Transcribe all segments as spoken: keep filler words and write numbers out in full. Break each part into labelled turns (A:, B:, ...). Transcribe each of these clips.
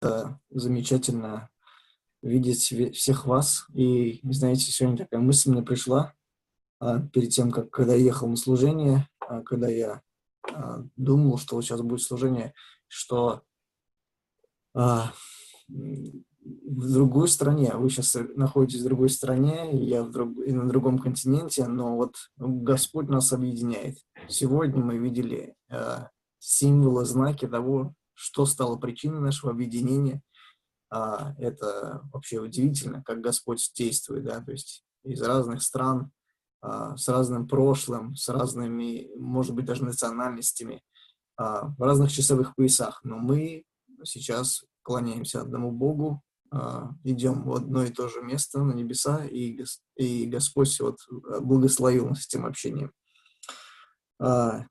A: Это замечательно видеть ве- всех вас. И, знаете, сегодня такая мысль мне пришла а, перед тем, как когда я ехал на служение, а, когда я а, думал, что вот сейчас будет служение, что а, м, в другой стране, вы сейчас находитесь в другой стране, и я в друг- и на другом континенте, но вот Господь нас объединяет. Сегодня мы видели а, символы, знаки того, что стало причиной нашего объединения. А, это вообще удивительно, как Господь действует, да, то есть из разных стран, а, с разным прошлым, с разными, может быть, даже национальностями, а, в разных часовых поясах. Но мы сейчас клоняемся одному Богу, а, идем в одно и то же место на небеса, и, Гос- и Господь вот э, благословил нас этим общением. А,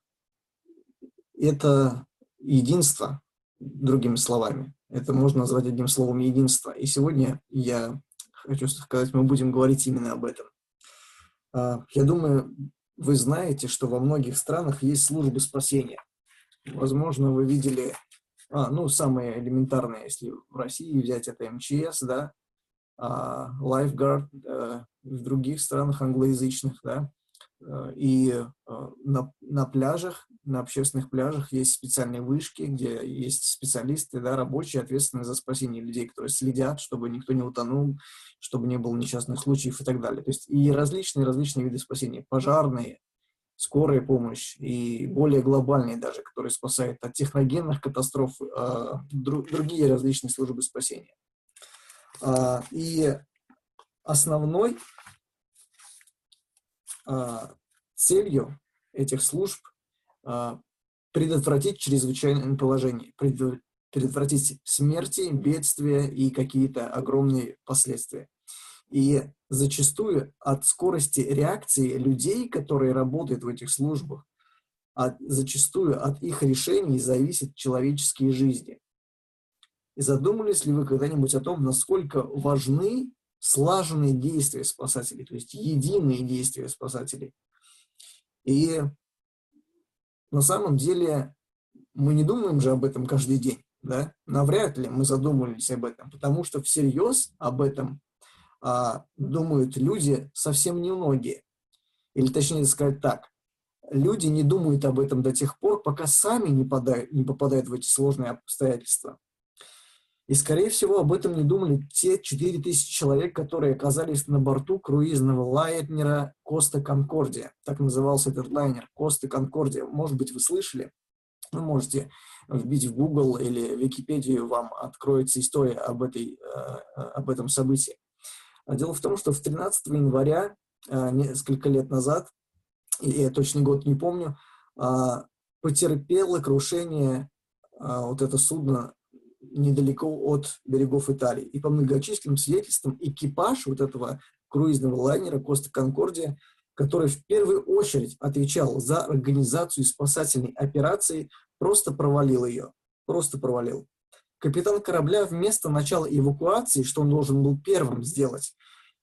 A: Это единство, другими словами. Это можно назвать одним словом единство. И сегодня я хочу сказать, мы будем говорить именно об этом. А, Я думаю, вы знаете, что во многих странах есть службы спасения. Возможно, вы видели, а, ну, самые элементарные, если в России взять, это эм че эс, да, а, Lifeguard, э, в других странах англоязычных, да, Э, и э, на, на пляжах, на общественных пляжах есть специальные вышки, где есть специалисты, да, рабочие, ответственные за спасение людей, которые следят, чтобы никто не утонул, чтобы не было несчастных случаев и так далее. То есть и различные-различные виды спасения, пожарные, скорая помощь и более глобальные даже, которые спасают от техногенных катастроф, э, дру, другие различные службы спасения. А, и основной а, целью этих служб а, предотвратить чрезвычайное положение, предо- предотвратить смерти, бедствия и какие-то огромные последствия. И зачастую от скорости реакции людей, которые работают в этих службах, от, зачастую от их решений зависят человеческие жизни. И задумались ли вы когда-нибудь о том, насколько важны слаженные действия спасателей, то есть единые действия спасателей? И на самом деле мы не думаем же об этом каждый день, да? Навряд ли мы задумывались об этом, потому что всерьез об этом а, думают люди совсем немногие. Или точнее сказать так, люди не думают об этом до тех пор, пока сами не попадают, не попадают в эти сложные обстоятельства. И, скорее всего, об этом не думали те четыре тысячи человек, которые оказались на борту круизного лайнера Коста Конкордия. Так назывался этот лайнер, Коста Конкордия. Может быть, вы слышали? Вы можете вбить в Google или Википедию, вам откроется история об, этой, э, об этом событии. Дело в том, что в тринадцатого января, э, несколько лет назад, я точный год не помню, э, потерпело крушение э, вот это судно недалеко от берегов Италии. И по многочисленным свидетельствам экипаж вот этого круизного лайнера Коста Конкордия, который в первую очередь отвечал за организацию спасательной операции, просто провалил ее. Просто провалил. Капитан корабля вместо начала эвакуации, что он должен был первым сделать,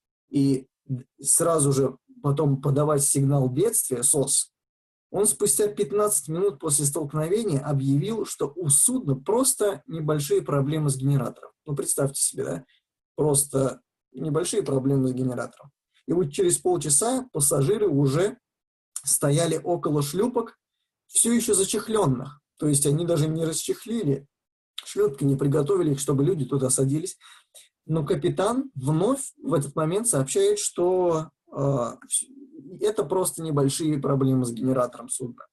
A: и сразу же потом подавать сигнал бедствия, СОС, он спустя пятнадцать минут после столкновения объявил, что у судна просто небольшие проблемы с генератором. Ну, представьте себе, да? Просто небольшие проблемы с генератором. И вот через полчаса пассажиры уже стояли около шлюпок, все еще зачехленных. То есть они даже не расчехлили шлюпки, не приготовили их, чтобы люди туда садились. Но капитан вновь в этот момент сообщает, что э, это просто небольшие проблемы с генератором судна.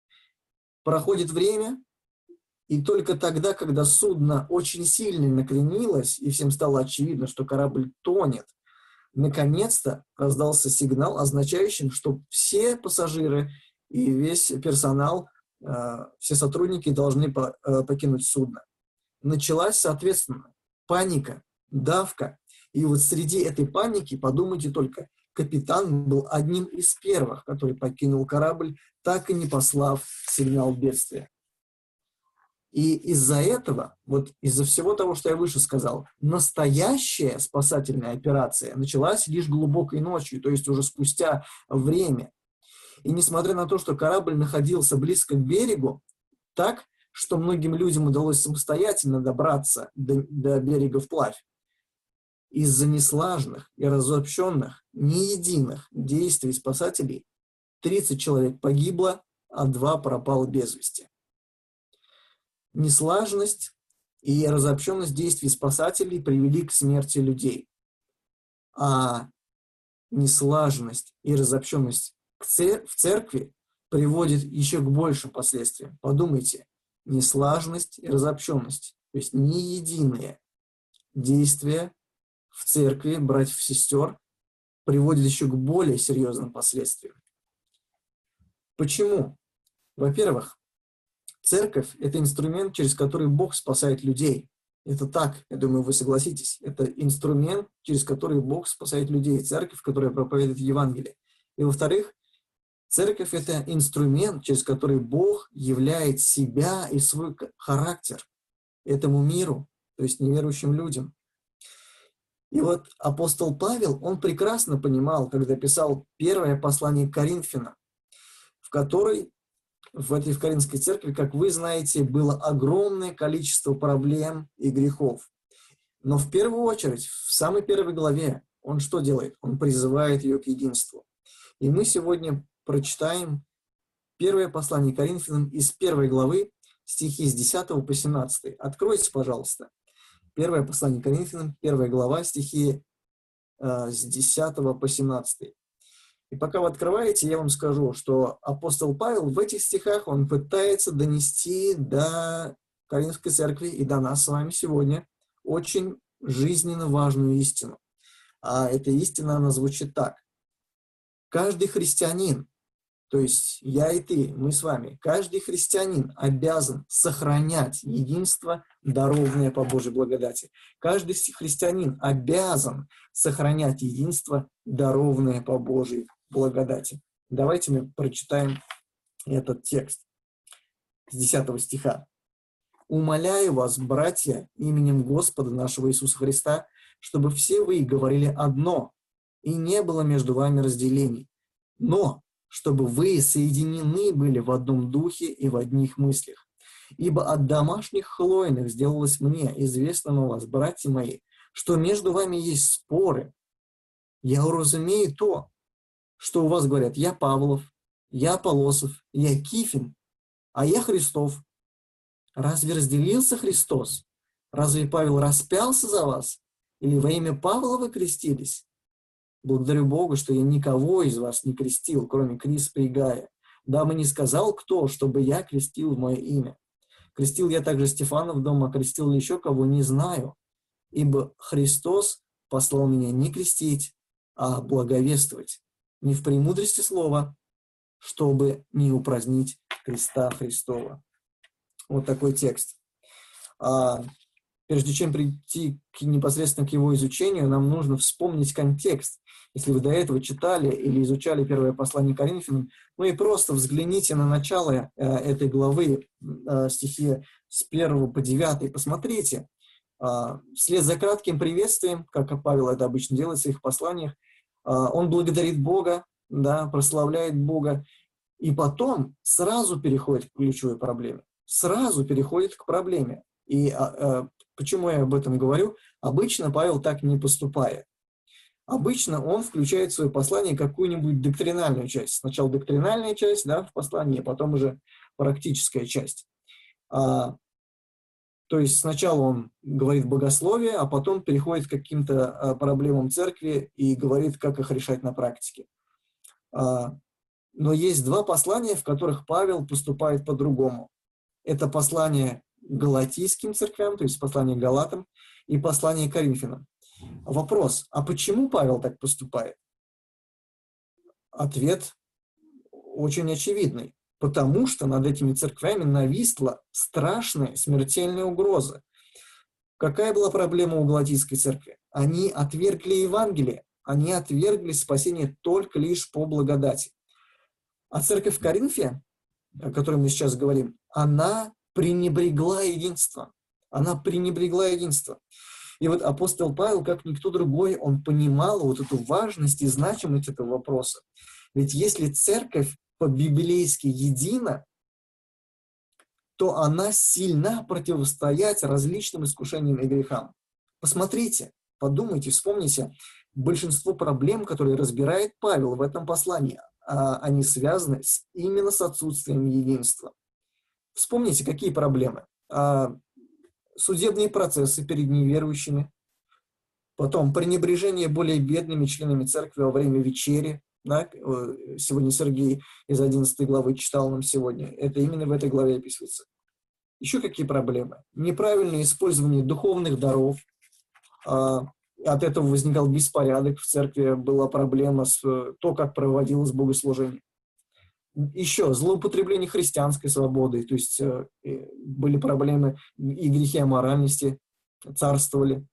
A: Проходит время, и только тогда, когда судно очень сильно накренилось, и всем стало очевидно, что корабль тонет, наконец-то раздался сигнал, означающий, что все пассажиры и весь персонал, э, все сотрудники должны по, э, покинуть судно. Началась, соответственно, паника, давка. И вот среди этой паники, подумайте только, капитан был одним из первых, который покинул корабль, так и не послав сигнал бедствия. И из-за этого, вот из-за всего того, что я выше сказал, настоящая спасательная операция началась лишь глубокой ночью, то есть уже спустя время. И несмотря на то, что корабль находился близко к берегу, так, что многим людям удалось самостоятельно добраться до, до берега вплавь. Из-за неслаженных и разобщенных, не единых действий спасателей тридцать человек погибло, а два пропало без вести. Неслаженность и разобщенность действий спасателей привели к смерти людей, а неслаженность и разобщенность в церкви приводит еще к большим последствиям. Подумайте, неслаженность и разобщенность, то есть не единые действия в церкви братьев и сестер приводят еще к более серьезным последствиям. Почему? Во-первых, церковь – это инструмент, через который Бог спасает людей. Это так, я думаю, вы согласитесь. Это инструмент, через который Бог спасает людей. Церковь, которая проповедует Евангелие. И во-вторых, церковь – это инструмент, через который Бог являет себя и свой характер этому миру, то есть неверующим людям. И вот апостол Павел, он прекрасно понимал, когда писал первое послание к Коринфянам, в которой, в этой в Коринфской церкви, как вы знаете, было огромное количество проблем и грехов. Но в первую очередь, в самой первой главе, он что делает? Он призывает ее к единству. И мы сегодня прочитаем первое послание к Коринфянам из первой главы, стихи с десятого по семнадцатый. Откройте, пожалуйста. Первое послание к Коринфянам, первая глава, стихи э, с десятого по семнадцатый. И пока вы открываете, я вам скажу, что апостол Павел в этих стихах, он пытается донести до Коринфской церкви и до нас с вами сегодня очень жизненно важную истину. А эта истина, она звучит так. Каждый христианин, то есть я и ты, мы с вами, каждый христианин обязан сохранять единство, дарованное по Божьей благодати. Каждый христианин обязан сохранять единство, дарованное по Божьей благодати. Давайте мы прочитаем этот текст с десятого стиха. «Умоляю вас, братья, именем Господа нашего Иисуса Христа, чтобы все вы говорили одно, и не было между вами разделений, но чтобы вы соединены были в одном духе и в одних мыслях. Ибо от домашних хлойных сделалось мне известно у вас, братья мои, что между вами есть споры. Я уразумею то, что у вас говорят, я Павлов, я Аполосов, я Кифин, а я Христов. Разве разделился Христос? Разве Павел распялся за вас? Или во имя Павла вы крестились? Благодарю Бога, что я никого из вас не крестил, кроме Криспа и Гая, дабы не сказал кто, чтобы я крестил в мое имя. Крестил я также Стефана в дом, а крестил ли еще кого, не знаю. Ибо Христос послал меня не крестить, а благовествовать, не в премудрости слова, чтобы не упразднить креста Христова». Вот такой текст. А, прежде чем прийти к, непосредственно к его изучению, нам нужно вспомнить контекст. Если вы до этого читали или изучали первое послание к Коринфянам, ну и просто взгляните на начало э, этой главы, э, стихи с первого по девятый, посмотрите. Э, вслед за кратким приветствием, как Павел это обычно делает в своих посланиях, э, он благодарит Бога, да, прославляет Бога, и потом сразу переходит к ключевой проблеме. Сразу переходит к проблеме. И э, почему я об этом говорю? Обычно Павел так не поступает. Обычно он включает в свое послание какую-нибудь доктринальную часть. Сначала доктринальная часть, да, в послании, а потом уже практическая часть. А, то есть сначала он говорит богословие, а потом переходит к каким-то а, проблемам церкви и говорит, как их решать на практике. А, но есть два послания, в которых Павел поступает по-другому. Это послание галатийским церквям, то есть послание Галатам, и послание Коринфянам. Вопрос, а почему Павел так поступает? Ответ очень очевидный. Потому что над этими церквями нависла страшная смертельная угроза. Какая была проблема у галатийской церкви? Они отвергли Евангелие, они отвергли спасение только лишь по благодати. А церковь в Коринфе, о которой мы сейчас говорим, она пренебрегла единством. Она пренебрегла единством. И вот апостол Павел, как никто другой, он понимал вот эту важность и значимость этого вопроса. Ведь если церковь по-библейски едина, то она сильна противостоять различным искушениям и грехам. Посмотрите, подумайте, вспомните, большинство проблем, которые разбирает Павел в этом послании, они связаны с, именно с отсутствием единства. Вспомните, какие проблемы. Судебные процессы перед неверующими, потом пренебрежение более бедными членами церкви во время вечери. Да? Сегодня Сергей из одиннадцатой главы читал нам сегодня. Это именно в этой главе описывается. Еще какие проблемы? Неправильное использование духовных даров. От этого возникал беспорядок в церкви, была проблема с то, как проводилось богослужение. Еще злоупотребление христианской свободой, то есть были проблемы и грехи аморальности царствовали.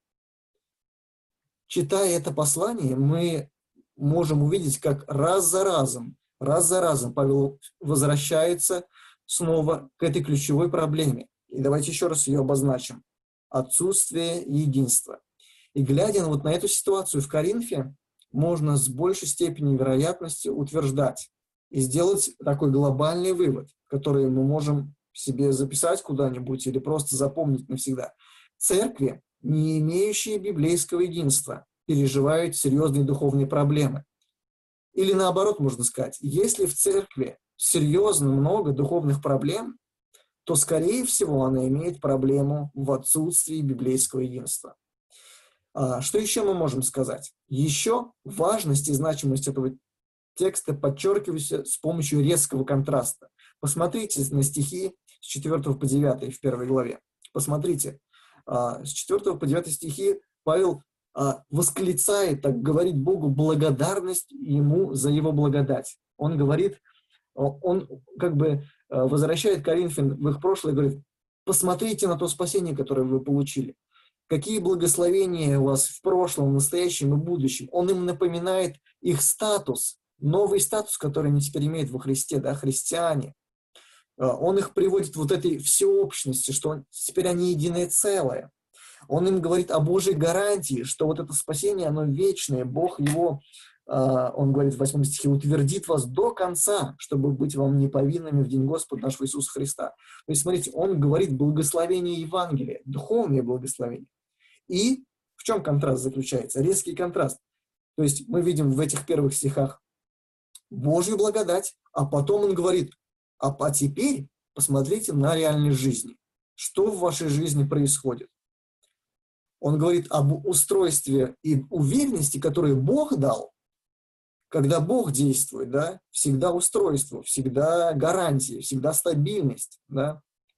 A: Читая это послание, мы можем увидеть, как раз за разом, раз за разом Павел возвращается снова к этой ключевой проблеме. И давайте еще раз ее обозначим. Отсутствие единства. И глядя вот на эту ситуацию в Коринфе, можно с большей степенью вероятности утверждать и сделать такой глобальный вывод, который мы можем себе записать куда-нибудь или просто запомнить навсегда. Церкви, не имеющие библейского единства, переживают серьезные духовные проблемы. Или наоборот, можно сказать, если в церкви серьезно много духовных проблем, то, скорее всего, она имеет проблему в отсутствии библейского единства. Что еще мы можем сказать? Еще важность и значимость этого текста подчеркиваются с помощью резкого контраста. Посмотрите на стихи с четвёртого по девятый в первой главе. Посмотрите, с четвёртого по девятый стихи Павел восклицает, так говорит Богу, благодарность Ему за Его благодать. Он говорит, он как бы возвращает Коринфян в их прошлое и говорит, посмотрите на то спасение, которое вы получили. Какие благословения у вас в прошлом, настоящем и будущем. Он им напоминает их статус, новый статус, который они теперь имеют во Христе, да, христиане. Он их приводит вот этой всеобщности, что теперь они единое целое. Он им говорит о Божьей гарантии, что вот это спасение, оно вечное. Бог его, он говорит в восьмом стихе, утвердит вас до конца, чтобы быть вам неповинными в день Господа нашего Иисуса Христа. То есть, смотрите, он говорит благословение Евангелия, духовное благословение. И в чем контраст заключается? Резкий контраст. То есть мы видим в этих первых стихах Божью благодать, а потом он говорит, а, а теперь посмотрите на реальность жизни. Что в вашей жизни происходит? Он говорит об устройстве и уверенности, которые Бог дал. Когда Бог действует, да, всегда устройство, всегда гарантия, всегда стабильность, да.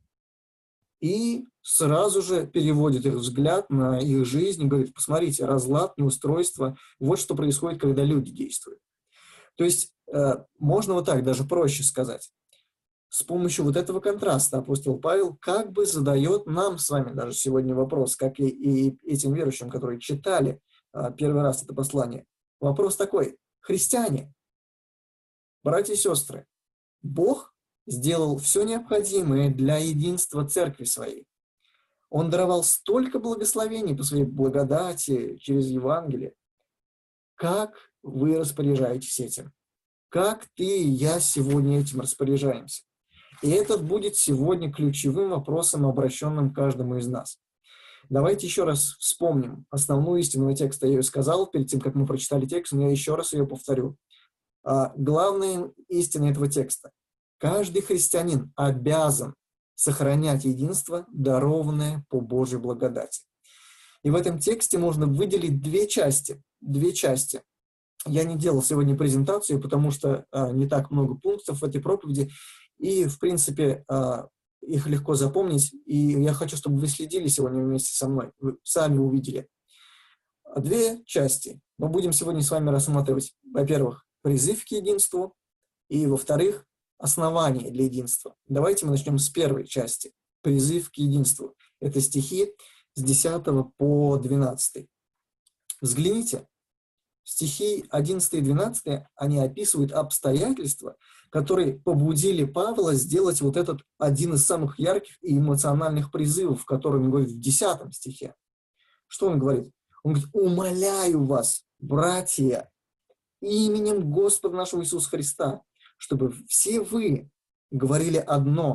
A: И сразу же переводит их взгляд на их жизнь и говорит, посмотрите, разлад, неустройство, вот что происходит, когда люди действуют. То есть э, можно вот так даже проще сказать. С помощью вот этого контраста апостол Павел как бы задает нам с вами даже сегодня вопрос, как и, и этим верующим, которые читали э, первый раз это послание. Вопрос такой, христиане, братья и сестры, Бог сделал все необходимое для единства церкви своей. Он даровал столько благословений по своей благодати через Евангелие. Как вы распоряжаетесь этим? Как ты и я сегодня этим распоряжаемся? И это будет сегодня ключевым вопросом, обращенным к каждому из нас. Давайте еще раз вспомним основную истину текста. Я ее сказал перед тем, как мы прочитали текст, но я еще раз ее повторю. А, главная истина этого текста. Каждый христианин обязан сохранять единство, дарованное по Божьей благодати. И в этом тексте можно выделить две части. Две части. Я не делал сегодня презентацию, потому что а, не так много пунктов в этой проповеди, и, в принципе, а, их легко запомнить, и я хочу, чтобы вы следили сегодня вместе со мной, вы сами увидели. Две части мы будем сегодня с вами рассматривать. Во-первых, призыв к единству, и, во-вторых, основание для единства. Давайте мы начнем с первой части. Призыв к единству. Это стихи с десятого по двенадцатый. Взгляните. Стихи одиннадцатый и двенадцатый, они описывают обстоятельства, которые побудили Павла сделать вот этот один из самых ярких и эмоциональных призывов, который он говорит в десятом стихе. Что он говорит? Он говорит, умоляю вас, братья, именем Господа нашего Иисуса Христа, чтобы все вы говорили одно,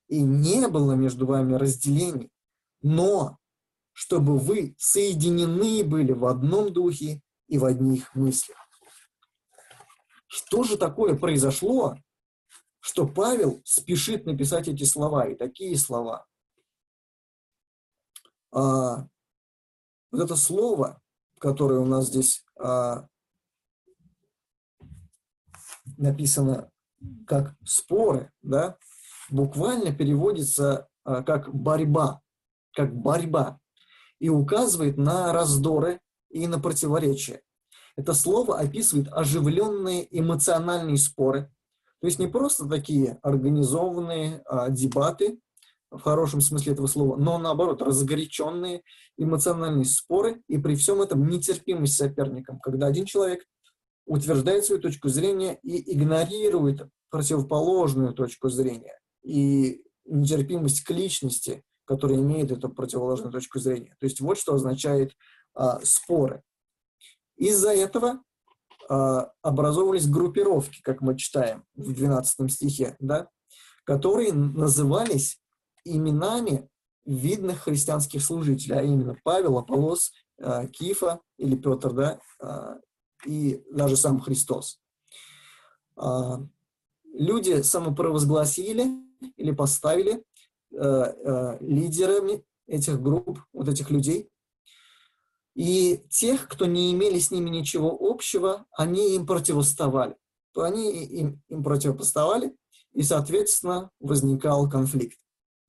A: и не было между вами разделений, но чтобы вы соединены были в одном духе и в одних мыслях. Что же такое произошло, что Павел спешит написать эти слова и такие слова? А, вот это слово, которое у нас здесь а, написано как споры, да, буквально переводится а, как борьба, как борьба, и указывает на раздоры и на противоречия. Это слово описывает оживленные эмоциональные споры, то есть не просто такие организованные а, дебаты, в хорошем смысле этого слова, но наоборот, разгоряченные эмоциональные споры, и при всем этом нетерпимость соперникам, когда один человек утверждает свою точку зрения и игнорирует противоположную точку зрения, и нетерпимость к личности, которая имеет эту противоположную точку зрения. То есть вот что означает а, споры. Из-за этого а, образовывались группировки, как мы читаем в двенадцатом стихе, да, которые назывались именами видных христианских служителей, а именно Павел, Аполлос, а, Кифа или Петр, да, а, и даже сам Христос. А, люди самопровозгласили или поставили а, а, лидерами этих групп, вот этих людей. И тех, кто не имели с ними ничего общего, они им противоставали. То они им, им противопоставали, и, соответственно, возникал конфликт.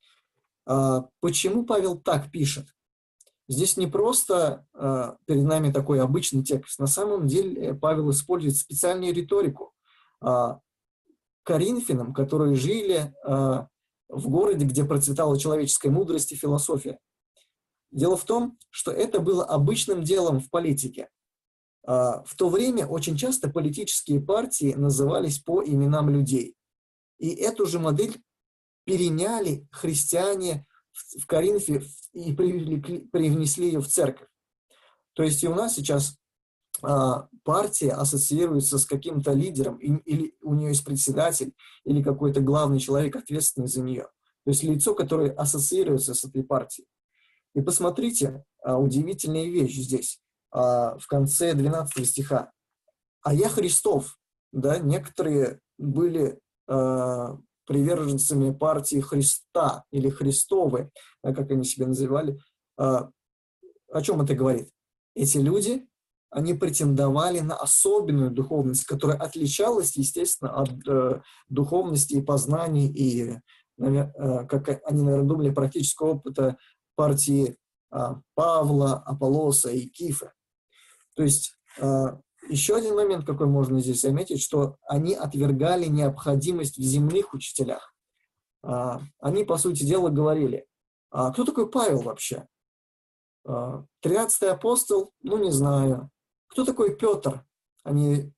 A: А, почему Павел так пишет? Здесь не просто а, перед нами такой обычный текст. На самом деле Павел использует специальную риторику а, коринфянам, которые жили а, в городе, где процветала человеческая мудрость и философия. Дело в том, что это было обычным делом в политике. А, в то время очень часто политические партии назывались по именам людей. И эту же модель переняли христиане в Коринфе и привлекли, привнесли ее в церковь. То есть и у нас сейчас а, партия ассоциируется с каким-то лидером, и, или у нее есть председатель, или какой-то главный человек, ответственный за нее. То есть лицо, которое ассоциируется с этой партией. И посмотрите, а, удивительная вещь здесь, а, в конце двенадцатого стиха. «А я Христов». Да, некоторые были а, приверженцами партии Христа или Христовы, как они себя называли. О чем это говорит? Эти люди, они претендовали на особенную духовность, которая отличалась, естественно, от э, духовности и познаний, и, э, как они, наверное, думали, практического опыта партии э, Павла, Аполлоса и Кифа. То есть э, еще один момент, какой можно здесь заметить, что они отвергали необходимость в земных учителях. А, они, по сути дела, говорили, а кто такой Павел вообще? А, тринадцатый апостол? Ну, не знаю. Кто такой Петр? Они,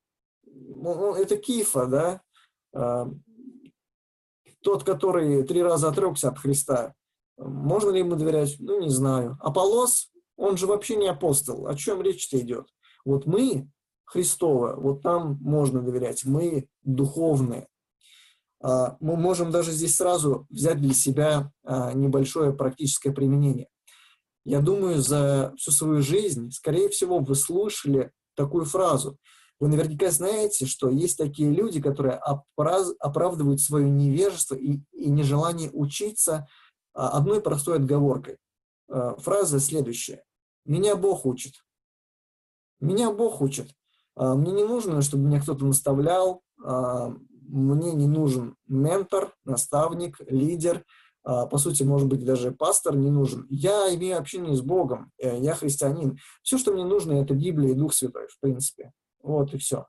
A: ну, это Кифа, да? А, тот, который три раза отрекся от Христа. Можно ли ему доверять? Ну, не знаю. Аполлос, он же вообще не апостол. О чем речь-то идет? Вот мы, Христовы, вот нам можно доверять, мы духовные. Мы можем даже здесь сразу взять для себя небольшое практическое применение. Я думаю, за всю свою жизнь, скорее всего, вы слышали такую фразу. Вы наверняка знаете, что есть такие люди, которые оправдывают свое невежество и, и нежелание учиться одной простой отговоркой. Фраза следующая. «Меня Бог учит». Меня Бог учит. Мне не нужно, чтобы меня кто-то наставлял. Мне не нужен ментор, наставник, лидер. По сути, может быть, даже пастор не нужен. Я имею общение с Богом. Я христианин. Все, что мне нужно, это Библия и Дух Святой, в принципе. Вот и все.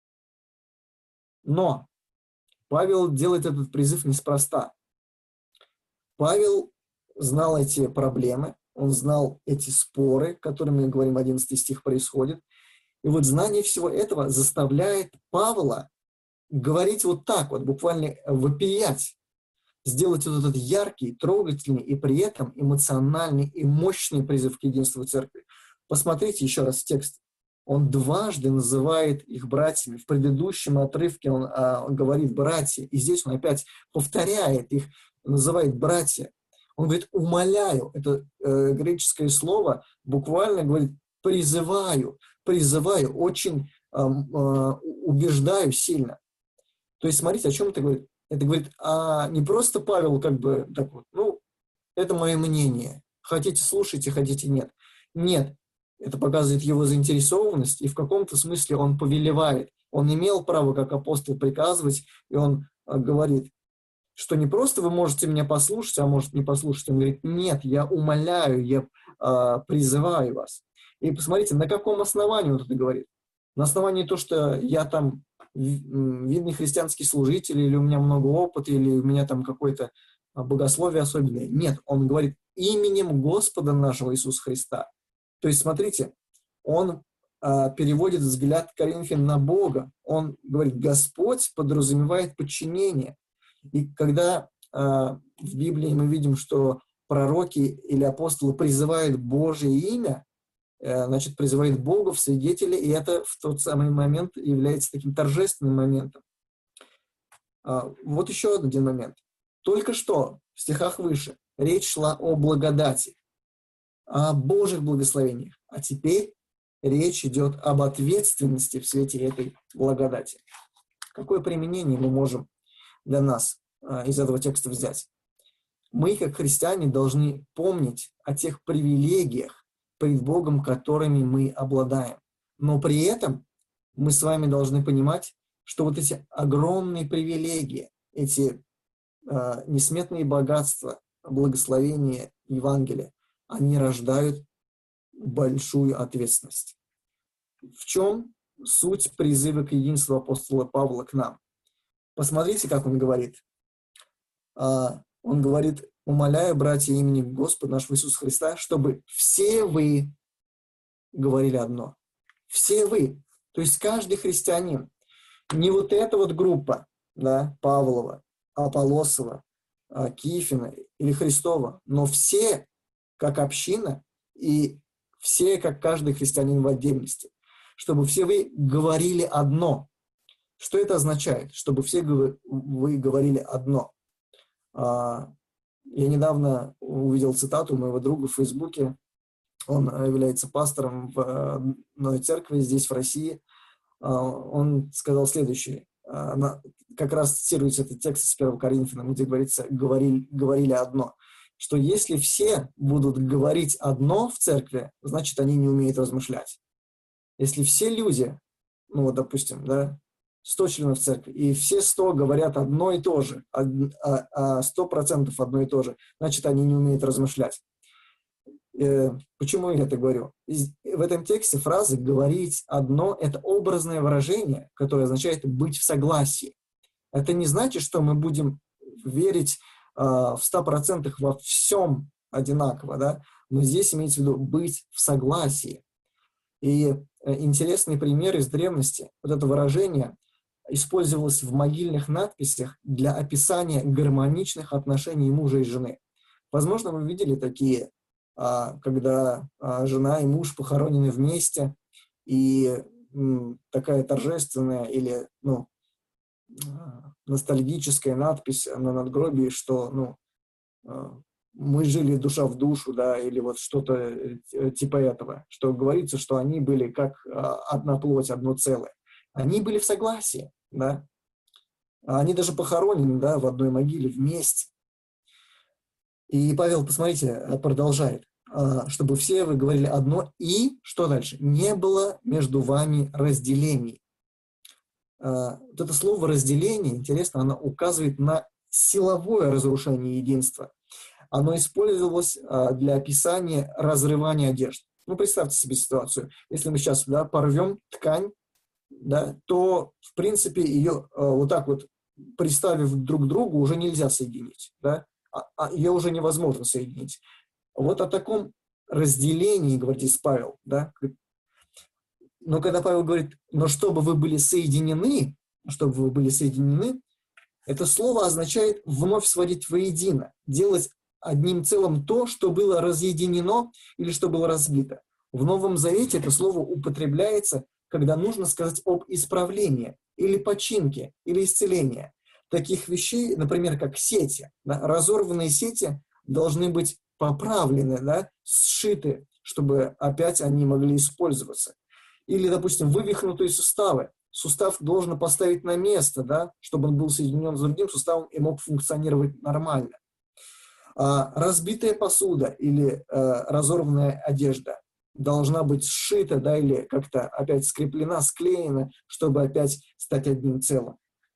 A: Но Павел делает этот призыв неспроста. Павел знал эти проблемы. Он знал эти споры, которые, мы говорим, одиннадцатый стих происходит. И вот знание всего этого заставляет Павла говорить вот так вот, буквально вопиять, сделать вот этот яркий, трогательный и при этом эмоциональный и мощный призыв к единству церкви. Посмотрите еще раз текст. Он дважды называет их братьями. В предыдущем отрывке он, а, он говорит «братья», и здесь он опять повторяет их, называет «братья». Он говорит «умоляю». Это э, греческое слово буквально говорит «призываю», «призываю», очень э, э, убеждаю сильно. То есть смотрите, о чем это говорит. Это говорит, а не просто Павел как бы так вот, ну, это мое мнение. Хотите, слушайте, хотите, нет. Нет. Это показывает его заинтересованность, и в каком-то смысле он повелевает. Он имел право, как апостол, приказывать, и он а, говорит, что не просто вы можете меня послушать, а может не послушать. Он говорит, нет, я умоляю, я а, призываю вас. И посмотрите, на каком основании он это говорит. На основании того, что я там видный христианский служитель, или у меня много опыта, или у меня там какое-то богословие особенное. Нет, он говорит именем Господа нашего Иисуса Христа. То есть, смотрите, он а, переводит взгляд Коринфян на Бога. Он говорит, Господь подразумевает подчинение. И когда а, в Библии мы видим, что пророки или апостолы призывают Божье имя, а, значит, призывают Бога в свидетели, и это в тот самый момент является таким торжественным моментом. А, вот еще один момент. Только что в стихах выше речь шла о благодати, о Божьих благословениях. А теперь речь идет об ответственности в свете этой благодати. Какое применение мы можем для нас а, из этого текста взять? Мы, как христиане, должны помнить о тех привилегиях перед Богом, которыми мы обладаем. Но при этом мы с вами должны понимать, что вот эти огромные привилегии, эти а, несметные богатства, благословения Евангелия, они рождают большую ответственность. В чем суть призыва к единству апостола Павла к нам? Посмотрите, как он говорит. Он говорит, умоляю, братья, именем Господа нашего Иисуса Христа, чтобы все вы говорили одно. Все вы. То есть каждый христианин. Не вот эта вот группа, да, Павлова, Аполлосова, Кифина или Христова, но все как община и все, как каждый христианин в отдельности, чтобы все вы говорили одно. Что это означает? Чтобы все вы говорили одно. Я недавно увидел цитату моего друга в Фейсбуке. Он является пастором в одной церкви здесь, в России. Он сказал следующее. Как раз цитируется этот текст из первого Коринфянам, где говорится «говорили, говорили одно». Что если все будут говорить одно в церкви, значит, они не умеют размышлять. Если все люди, ну вот, допустим, да, сто членов церкви, и все сто говорят одно и то же, а сто процентов одно и то же, значит, они не умеют размышлять. Почему я это говорю? В этом тексте фраза «говорить одно» — это образное выражение, которое означает «быть в согласии». Это не значит, что мы будем верить в ста процентах во всем одинаково, да? Но здесь имеется в виду быть в согласии. И интересный пример из древности. Вот это выражение использовалось в могильных надписях для описания гармоничных отношений мужа и жены. Возможно, вы видели такие, когда жена и муж похоронены вместе, и такая торжественная или, ну, ностальгическая надпись на надгробии, что, ну, мы жили душа в душу, да, или вот что-то типа этого, что говорится, что они были как одна плоть, одно целое. Они были в согласии, да. Они даже похоронены, да, в одной могиле вместе. И Павел, посмотрите, продолжает, чтобы все вы говорили одно, и, что дальше? Не было между вами разделений. Вот это слово «разделение», интересно, оно указывает на силовое разрушение единства. Оно использовалось для описания разрывания одежд. Ну, представьте себе ситуацию. Если мы сейчас, да, порвем ткань, да, то, в принципе, ее вот так вот, приставив друг к другу, уже нельзя соединить. Да? А ее уже невозможно соединить. Вот о таком разделении, говорит здесь Павел, да, но когда Павел говорит, но чтобы вы были соединены, чтобы вы были соединены, это слово означает вновь сводить воедино, делать одним целым то, что было разъединено или что было разбито. В Новом Завете это слово употребляется, когда нужно сказать об исправлении, или починке, или исцелении. Таких вещей, например, как сети. Да, разорванные сети должны быть поправлены, да, сшиты, чтобы опять они могли использоваться. Или, допустим, вывихнутые суставы. Сустав должен поставить на место, да, чтобы он был соединен с другим суставом и мог функционировать нормально. А разбитая посуда или а, разорванная одежда должна быть сшита, да, или как-то опять скреплена, склеена, чтобы опять стать одним целым.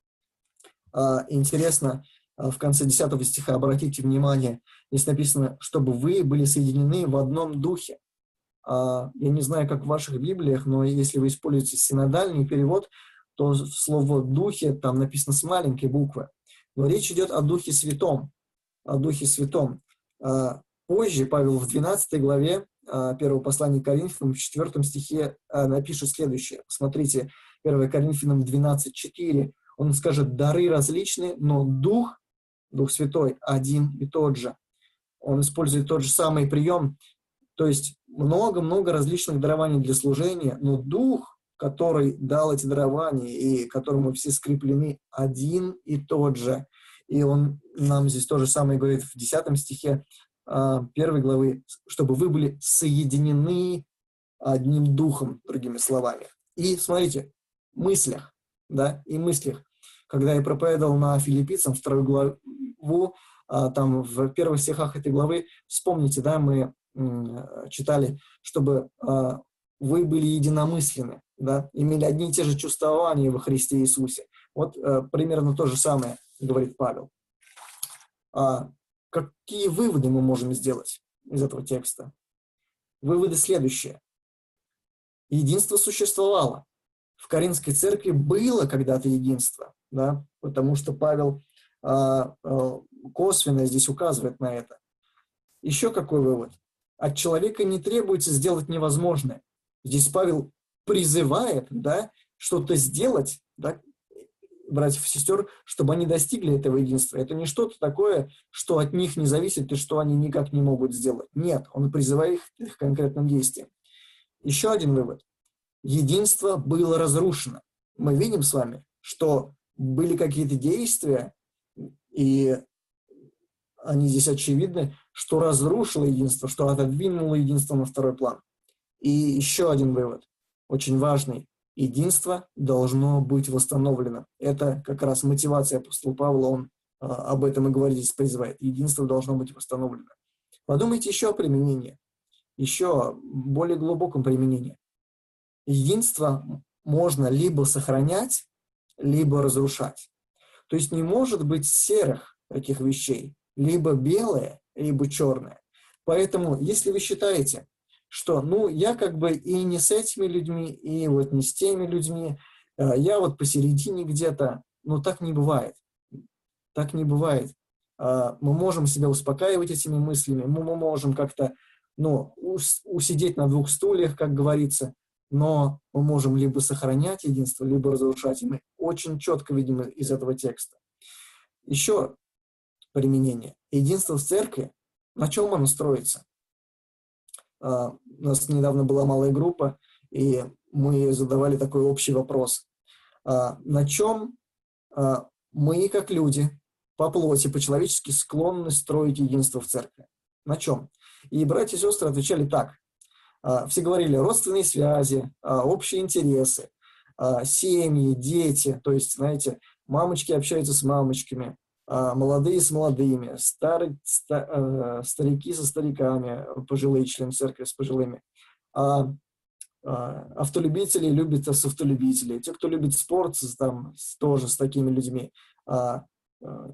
A: А, интересно, а, в конце десятого стиха, обратите внимание, здесь написано, чтобы вы были соединены в одном духе. А, я не знаю, как в ваших Библиях, но если вы используете синодальный перевод, то слово «духе» там написано с маленькой буквы. Но речь идет о Духе Святом. О Духе Святом. А, позже Павел в двенадцатой главе а, первого послания к Коринфянам в четвёртом стихе а, напишет следующее. Смотрите, первое Коринфянам двенадцать четыре. Он скажет: «Дары различны, но Дух, Дух Святой, один и тот же». Он использует тот же самый прием. То есть много-много различных дарований для служения, но Дух, который дал эти дарования и которому все скреплены, один и тот же. И он нам здесь то же самое говорит в десятом стихе первой главы, чтобы вы были соединены одним духом, другими словами. И смотрите, мыслях, да, и мыслях. Когда я проповедовал на Филиппийцам вторую главу, там в первых стихах этой главы, вспомните, да, мы читали, чтобы вы были единомысленны, да, имели одни и те же чувствования во Христе Иисусе. Вот примерно то же самое говорит Павел. А какие выводы мы можем сделать из этого текста? Выводы следующие. Единство существовало. В Коринфской церкви было когда-то единство, да, потому что Павел а, а, косвенно здесь указывает на это. Еще какой вывод? От человека не требуется сделать невозможное. Здесь Павел призывает, да, что-то сделать, да, братьев и сестер, чтобы они достигли этого единства. Это не что-то такое, что от них не зависит и что они никак не могут сделать. Нет, он призывает их к конкретным действиям. Еще один вывод. Единство было разрушено. Мы видим с вами, что были какие-то действия, и они здесь очевидны, что разрушило единство, что отодвинуло единство на второй план. И еще один вывод, очень важный. Единство должно быть восстановлено. Это как раз мотивация апостола Павла, он а, об этом и говорит, здесь призывает. Единство должно быть восстановлено. Подумайте еще о применении, еще о более глубоком применении. Единство можно либо сохранять, либо разрушать. То есть не может быть серых таких вещей, либо белое, либо черное. Поэтому, если вы считаете, что, ну, я как бы и не с этими людьми, и вот не с теми людьми, я вот посередине где-то, ну, так не бывает. Так не бывает. Мы можем себя успокаивать этими мыслями, мы можем как-то, ну, усидеть на двух стульях, как говорится, но мы можем либо сохранять единство, либо разрушать. И мы очень четко видим из этого текста. Еще применение. Единство в церкви, на чем оно строится? Uh, у нас недавно была малая группа, и мы задавали такой общий вопрос. Uh, на чем uh, мы, как люди, по плоти, по-человечески склонны строить единство в церкви? На чем? И братья и сестры отвечали так. Uh, все говорили родственные связи, uh, общие интересы, uh, семьи, дети, то есть, знаете, мамочки общаются с мамочками, молодые с молодыми, старые, ста, старики со стариками, пожилые члены церкви с пожилыми. А, а, автолюбители любят с автолюбителей. Те, кто любит спорт, там, тоже с такими людьми. А, а,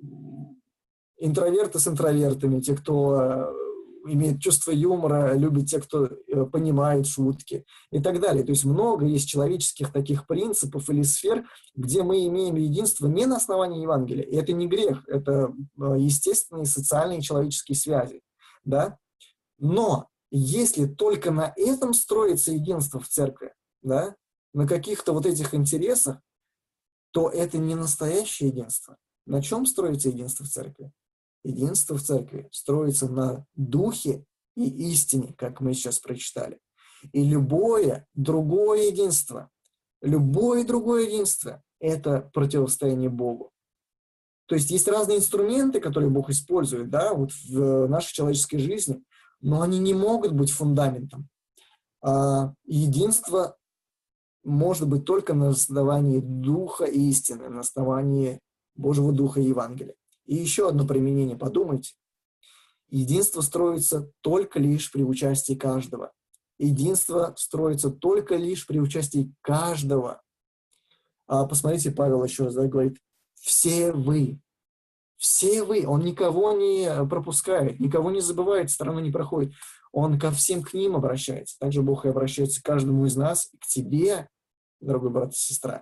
A: интроверты с интровертами. Те, кто имеет чувство юмора, любит те, кто понимает шутки и так далее. То есть много есть человеческих таких принципов или сфер, где мы имеем единство не на основании Евангелия. И это не грех, это естественные социальные человеческие связи. Да? Но если только на этом строится единство в церкви, да, на каких-то вот этих интересах, то это не настоящее единство. На чем строится единство в церкви? Единство в церкви строится на духе и истине, как мы сейчас прочитали. И любое другое единство, любое другое единство – это противостояние Богу. То есть есть разные инструменты, которые Бог использует, да, вот в нашей человеческой жизни, но они не могут быть фундаментом. А единство может быть только на основании Духа истины, на основании Божьего Духа и Евангелия. И еще одно применение, подумайте. Единство строится только лишь при участии каждого. Единство строится только лишь при участии каждого. А посмотрите, Павел еще раз, да, говорит, все вы, все вы, он никого не пропускает, никого не забывает, сторону не проходит. Он ко всем к ним обращается. Также Бог и обращается к каждому из нас, и к тебе, дорогой брат и сестра.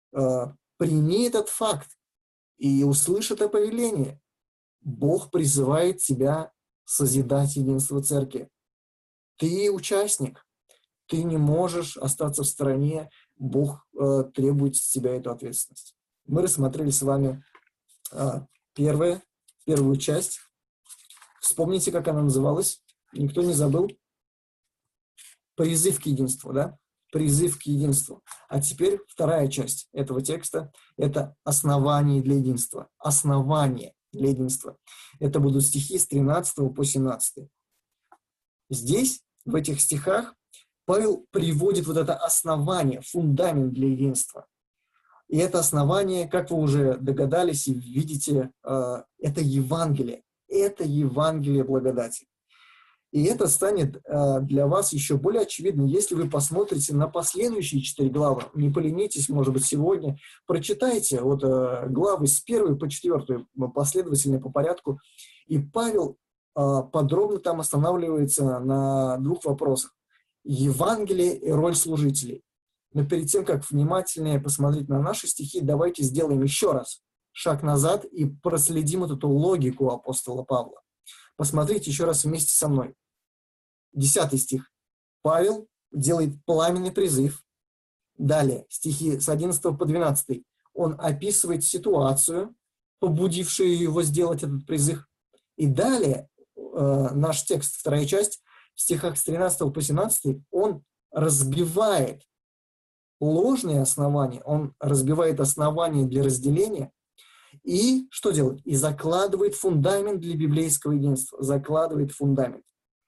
A: Прими этот факт и услышь это повеление. Бог призывает тебя созидать единство церкви. Ты участник, ты не можешь остаться в стороне, Бог э, требует с тебя эту ответственность. Мы рассмотрели с вами э, первое, первую часть. Вспомните, как она называлась? Никто не забыл? Призыв к единству, да? Призыв к единству. А теперь вторая часть этого текста – это основание для единства. Основание для единства. Это будут стихи с тринадцатого по семнадцатый. Здесь, в этих стихах, Павел приводит вот это основание, фундамент для единства. И это основание, как вы уже догадались и видите, это Евангелие. Это Евангелие благодати. И это станет для вас еще более очевидным, если вы посмотрите на последующие четыре главы. Не поленитесь, может быть, сегодня. Прочитайте вот главы с первой по четвертую, последовательно по порядку. И Павел подробно там останавливается на двух вопросах. Евангелие и роль служителей. Но перед тем, как внимательнее посмотреть на наши стихи, давайте сделаем еще раз шаг назад и проследим вот эту логику апостола Павла. Посмотрите еще раз вместе со мной. Десятый стих. Павел делает пламенный призыв. Далее, стихи с одиннадцатого по двенадцатый. Он описывает ситуацию, побудившую его сделать этот призыв. И далее, э, наш текст, вторая часть, в стихах с тринадцатого по семнадцатый, он разбивает ложные основания, он разбивает основания для разделения и что делает? И закладывает фундамент для библейского единства, закладывает фундамент.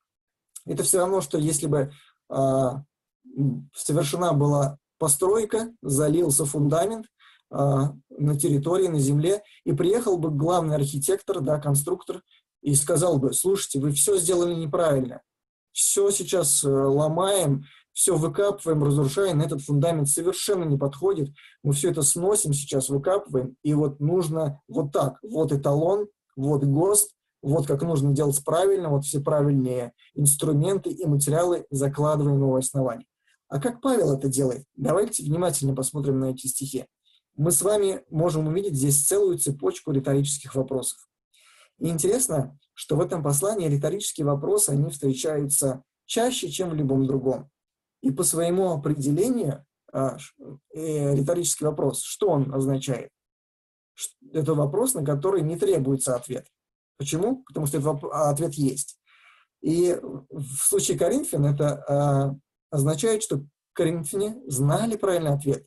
A: Это все равно, что если бы э, совершена была постройка, залился фундамент э, на территории, на земле, и приехал бы главный архитектор, да, конструктор, и сказал бы: слушайте, вы все сделали неправильно, все сейчас э, ломаем, все выкапываем, разрушаем, этот фундамент совершенно не подходит, мы все это сносим сейчас, выкапываем, и вот нужно вот так, вот эталон, вот ГОСТ, вот как нужно делать правильно, вот все правильные инструменты и материалы закладываем в новое основание. А как Павел это делает? Давайте внимательно посмотрим на эти стихи. Мы с вами можем увидеть здесь целую цепочку риторических вопросов. И интересно, что в этом послании риторические вопросы, они встречаются чаще, чем в любом другом. И по своему определению э, риторический вопрос, что он означает? Это вопрос, на который не требуется ответ. Почему? Потому что этот ответ есть. И в случае Коринфян это э, означает, что коринфяне знали правильный ответ.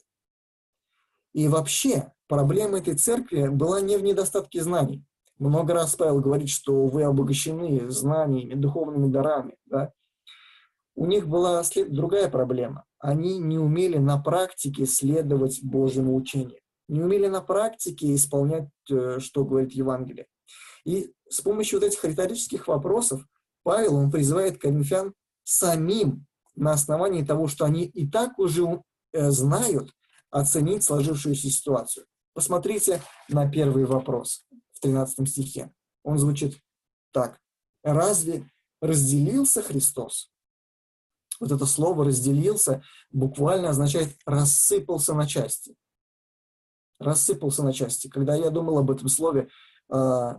A: И вообще проблема этой церкви была не в недостатке знаний. Много раз Павел говорит, что вы обогащены знаниями, духовными дарами. Да? У них была след... другая проблема. Они не умели на практике следовать Божьему учению. Не умели на практике исполнять, что говорит Евангелие. И с помощью вот этих риторических вопросов Павел, он призывает коринфян самим на основании того, что они и так уже знают, оценить сложившуюся ситуацию. Посмотрите на первый вопрос в тринадцатом стихе. Он звучит так. Разве разделился Христос? Вот это слово «разделился» буквально означает «рассыпался на части». Рассыпался на части. Когда я думал об этом слове, Uh,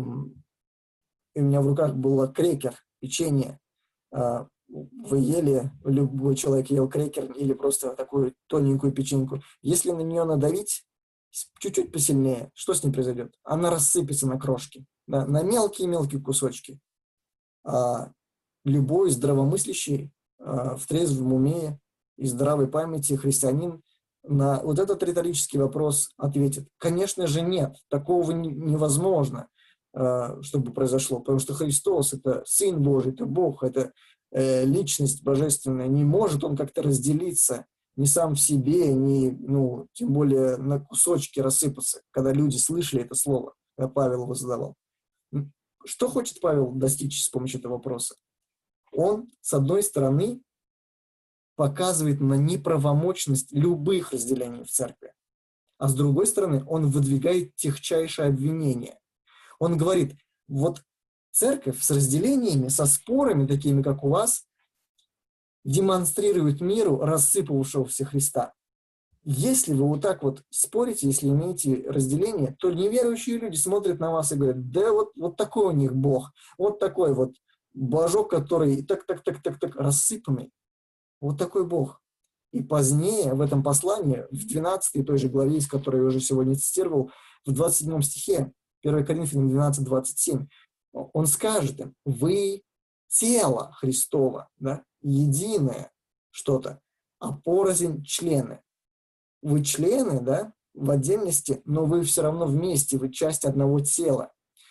A: у меня в руках был крекер, печенье. Uh, вы ели, любой человек ел крекер или просто такую тоненькую печеньку. Если на нее надавить чуть-чуть посильнее, что с ней произойдет? Она рассыпется на крошки, да, на мелкие-мелкие кусочки. Uh, любой здравомыслящий в трезвом уме и здравой памяти христианин на вот этот риторический вопрос ответит: конечно же нет, такого невозможно, чтобы произошло, потому что Христос — это Сын Божий, это Бог, это личность божественная, не может он как-то разделиться ни сам в себе, ни, ну, тем более на кусочки рассыпаться, когда люди слышали это слово, когда Павел его задавал. Что хочет Павел достичь с помощью этого вопроса? Он, с одной стороны, показывает на неправомочность любых разделений в церкви, а с другой стороны, он выдвигает техчайшее обвинение. Он говорит: вот церковь с разделениями, со спорами, такими как у вас, демонстрирует миру рассыпавшегося Христа. Если вы вот так вот спорите, если имеете разделение, то неверующие люди смотрят на вас и говорят: да вот, вот такой у них Бог, вот такой вот божок, который так-так-так-так-так рассыпанный. Вот такой Бог. И позднее в этом послании, в двенадцатой той же главе, из которой я уже сегодня цитировал, в двадцать седьмом стихе, первое Коринфянам двенадцать двадцать семь, он скажет им: вы тело Христово, да, единое что-то, а порознь члены. Вы члены, да, в отдельности, но вы все равно вместе, вы часть одного тела.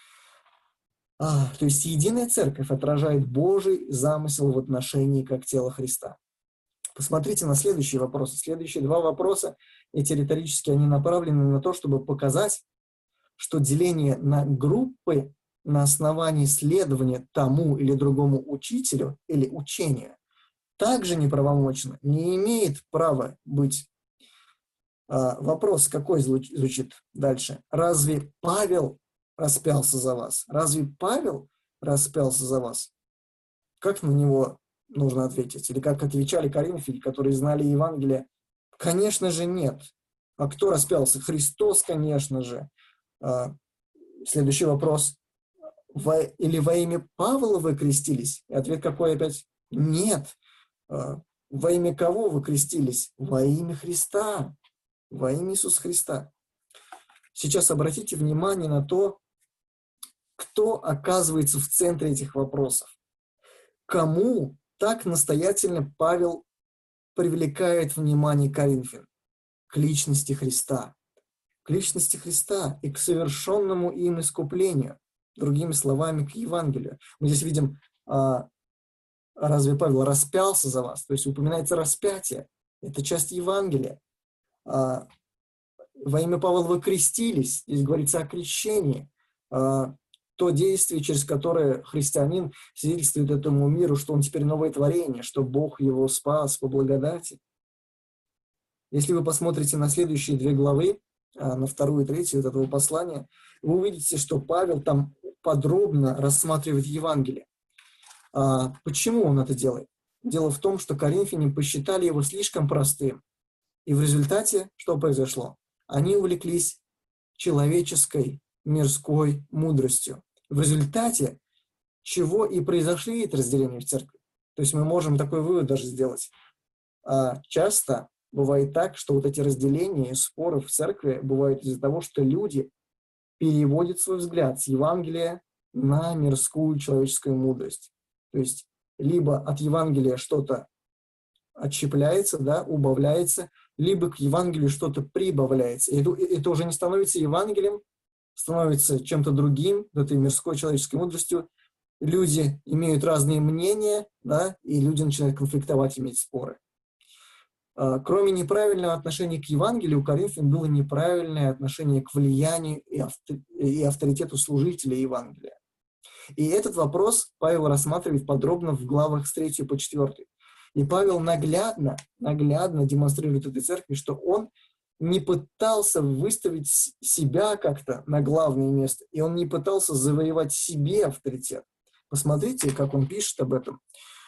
A: А, то есть единая церковь отражает Божий замысел в отношении как тела Христа. Посмотрите на следующие вопросы. Следующие два вопроса, эти риторические, они направлены на то, чтобы показать, что деление на группы на основании следования тому или другому учителю или учению также неправомочно, не имеет права быть. А, вопрос какой звучит дальше? Разве Павел распялся за вас? Разве Павел распялся за вас? Как на него нужно ответить? Или как отвечали коринфяне, которые знали Евангелие? Конечно же нет. А кто распялся? Христос, конечно же. А, следующий вопрос. Во, или во имя Павла вы крестились? И ответ какой опять? Нет. А, во имя кого вы крестились? Во имя Христа. Во имя Иисуса Христа. Сейчас обратите внимание на то, кто оказывается в центре этих вопросов. Кому так настоятельно Павел привлекает внимание коринфян? К личности Христа. К личности Христа и к совершенному им искуплению. Другими словами, к Евангелию. Мы здесь видим, а, разве Павел распялся за вас? То есть упоминается распятие. Это часть Евангелия. А, во имя Павла вы крестились. Здесь говорится о крещении. А, то действие, через которое христианин свидетельствует этому миру, что он теперь новое творение, что Бог его спас по благодати. Если вы посмотрите на следующие две главы, на вторую и третью вот этого послания, вы увидите, что Павел там подробно рассматривает Евангелие. А почему он это делает? Дело в том, что коринфяне посчитали его слишком простым. И в результате что произошло? Они увлеклись человеческой, мирской мудростью. В результате чего и произошли эти разделения в церкви. То есть мы можем такой вывод даже сделать. А часто бывает так, что вот эти разделения и споры в церкви бывают из-за того, что люди переводят свой взгляд с Евангелия на мирскую человеческую мудрость. То есть либо от Евангелия что-то отщепляется, да, убавляется, либо к Евангелию что-то прибавляется. И это, это уже не становится Евангелием, становится чем-то другим, этой мирской человеческой мудростью. Люди имеют разные мнения, да, и люди начинают конфликтовать, иметь споры. Кроме неправильного отношения к Евангелию, у коринфян было неправильное отношение к влиянию и авторитету служителей Евангелия. И этот вопрос Павел рассматривает подробно в главах с третьей по четвёртой. И Павел наглядно, наглядно демонстрирует этой церкви, что он не пытался выставить себя как-то на главное место, и он не пытался завоевать себе авторитет. Посмотрите, как он пишет об этом.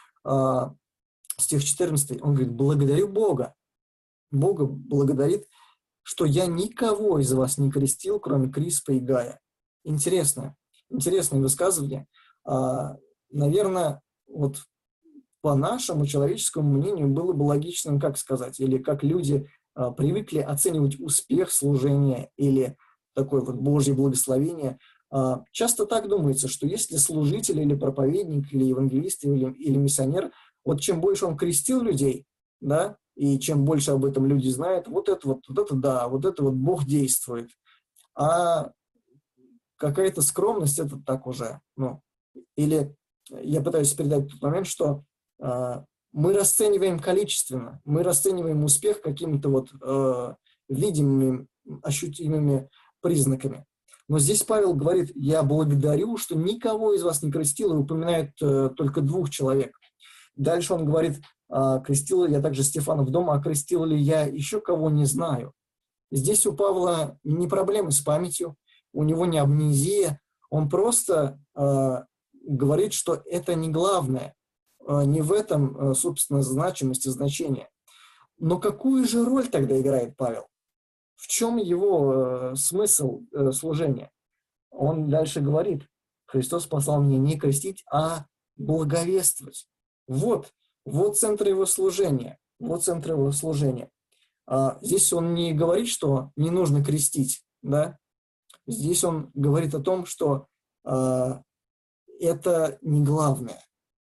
A: Стих четырнадцатый, он говорит: «Благодарю Бога». Бога благодарит, что я никого из вас не крестил, кроме Криспа и Гая. Интересное, интересное высказывание. Наверное, вот по нашему человеческому мнению было бы логичным, как сказать, или как люди а, привыкли оценивать успех служения или такое вот Божье благословение. А, часто так думается, что если служитель или проповедник, или евангелист, или, или миссионер, Вот чем больше он крестил людей, да, и чем больше об этом люди знают, вот это вот, вот это да, вот это вот Бог действует. А какая-то скромность, это так уже, ну, или я пытаюсь передать тот момент, что э, мы расцениваем количественно, мы расцениваем успех какими-то вот э, видимыми, ощутимыми признаками. Но здесь Павел говорит: я благодарю, что никого из вас не крестил, и упоминает э, только двух человек. Дальше он говорит: э, крестил я также Стефана в дом, а крестил ли я еще кого, не знаю. Здесь у Павла не проблемы с памятью, у него не амнезия, он просто э, говорит, что это не главное, э, не в этом, э, собственно, значимость и значение. Но какую же роль тогда играет Павел? В чем его э, смысл э, служения? Он дальше говорит: Христос послал меня не крестить, а благовествовать. Вот, вот центр его служения, вот центр его служения. А здесь он не говорит, что не нужно крестить, да? Здесь он говорит о том, что э, это не главное.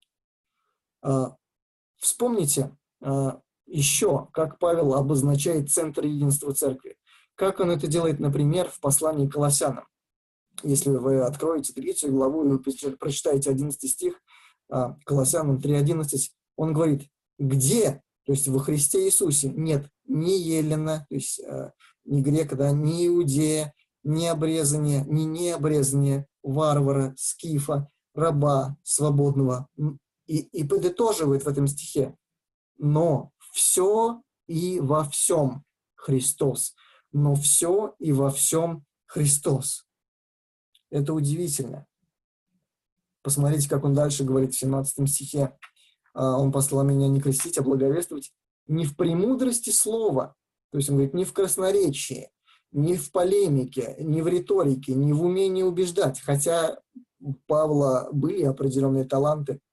A: Э, вспомните э, еще, как Павел обозначает центр единства церкви. Как он это делает, например, в послании к Колоссянам. Если вы откроете третью главу и прочитаете одиннадцатый стих, э, Колоссянам три одиннадцать, он говорит: где, то есть во Христе Иисусе, нет ни еллина, то есть э, ни грека, да, ни иудея, ни обрезания, ни необрезания, варвара, скифа, раба, свободного. И, и подытоживает в этом стихе: но все и во всем Христос. Но все и во всем Христос. Это удивительно. Посмотрите, как он дальше говорит в семнадцатом стихе. Он послал меня не крестить, а благовествовать не в премудрости слова. То есть он говорит, не в красноречии, не в полемике, не в риторике, не в умении убеждать. Хотя у Павла были определенные таланты.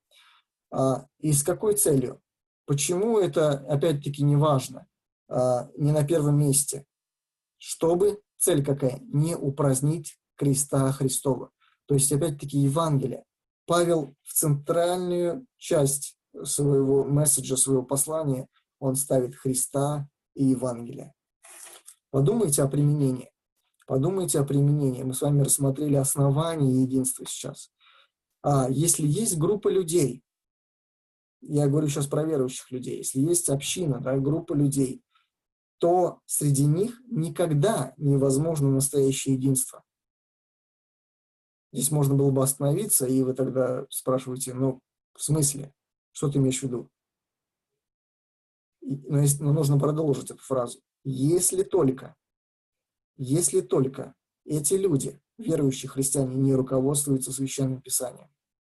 A: И с какой целью? Почему это, опять-таки, не важно, не на первом месте? Чтобы, цель какая? Не упразднить креста Христова. То есть, опять-таки, Евангелие. Павел в центральную часть своего месседжа, своего послания, он ставит Христа и Евангелие. Подумайте о применении. Подумайте о применении. Мы с вами рассмотрели основания единства сейчас. А если есть группа людей, я говорю сейчас про верующих людей, если есть община, да, группа людей, то среди них никогда невозможно настоящее единство. Здесь можно было бы остановиться, и вы тогда спрашиваете, ну, в смысле? Что ты имеешь в виду? Но, есть, но нужно продолжить эту фразу. Если только, если только эти люди, верующие христиане, не руководствуются Священным Писанием,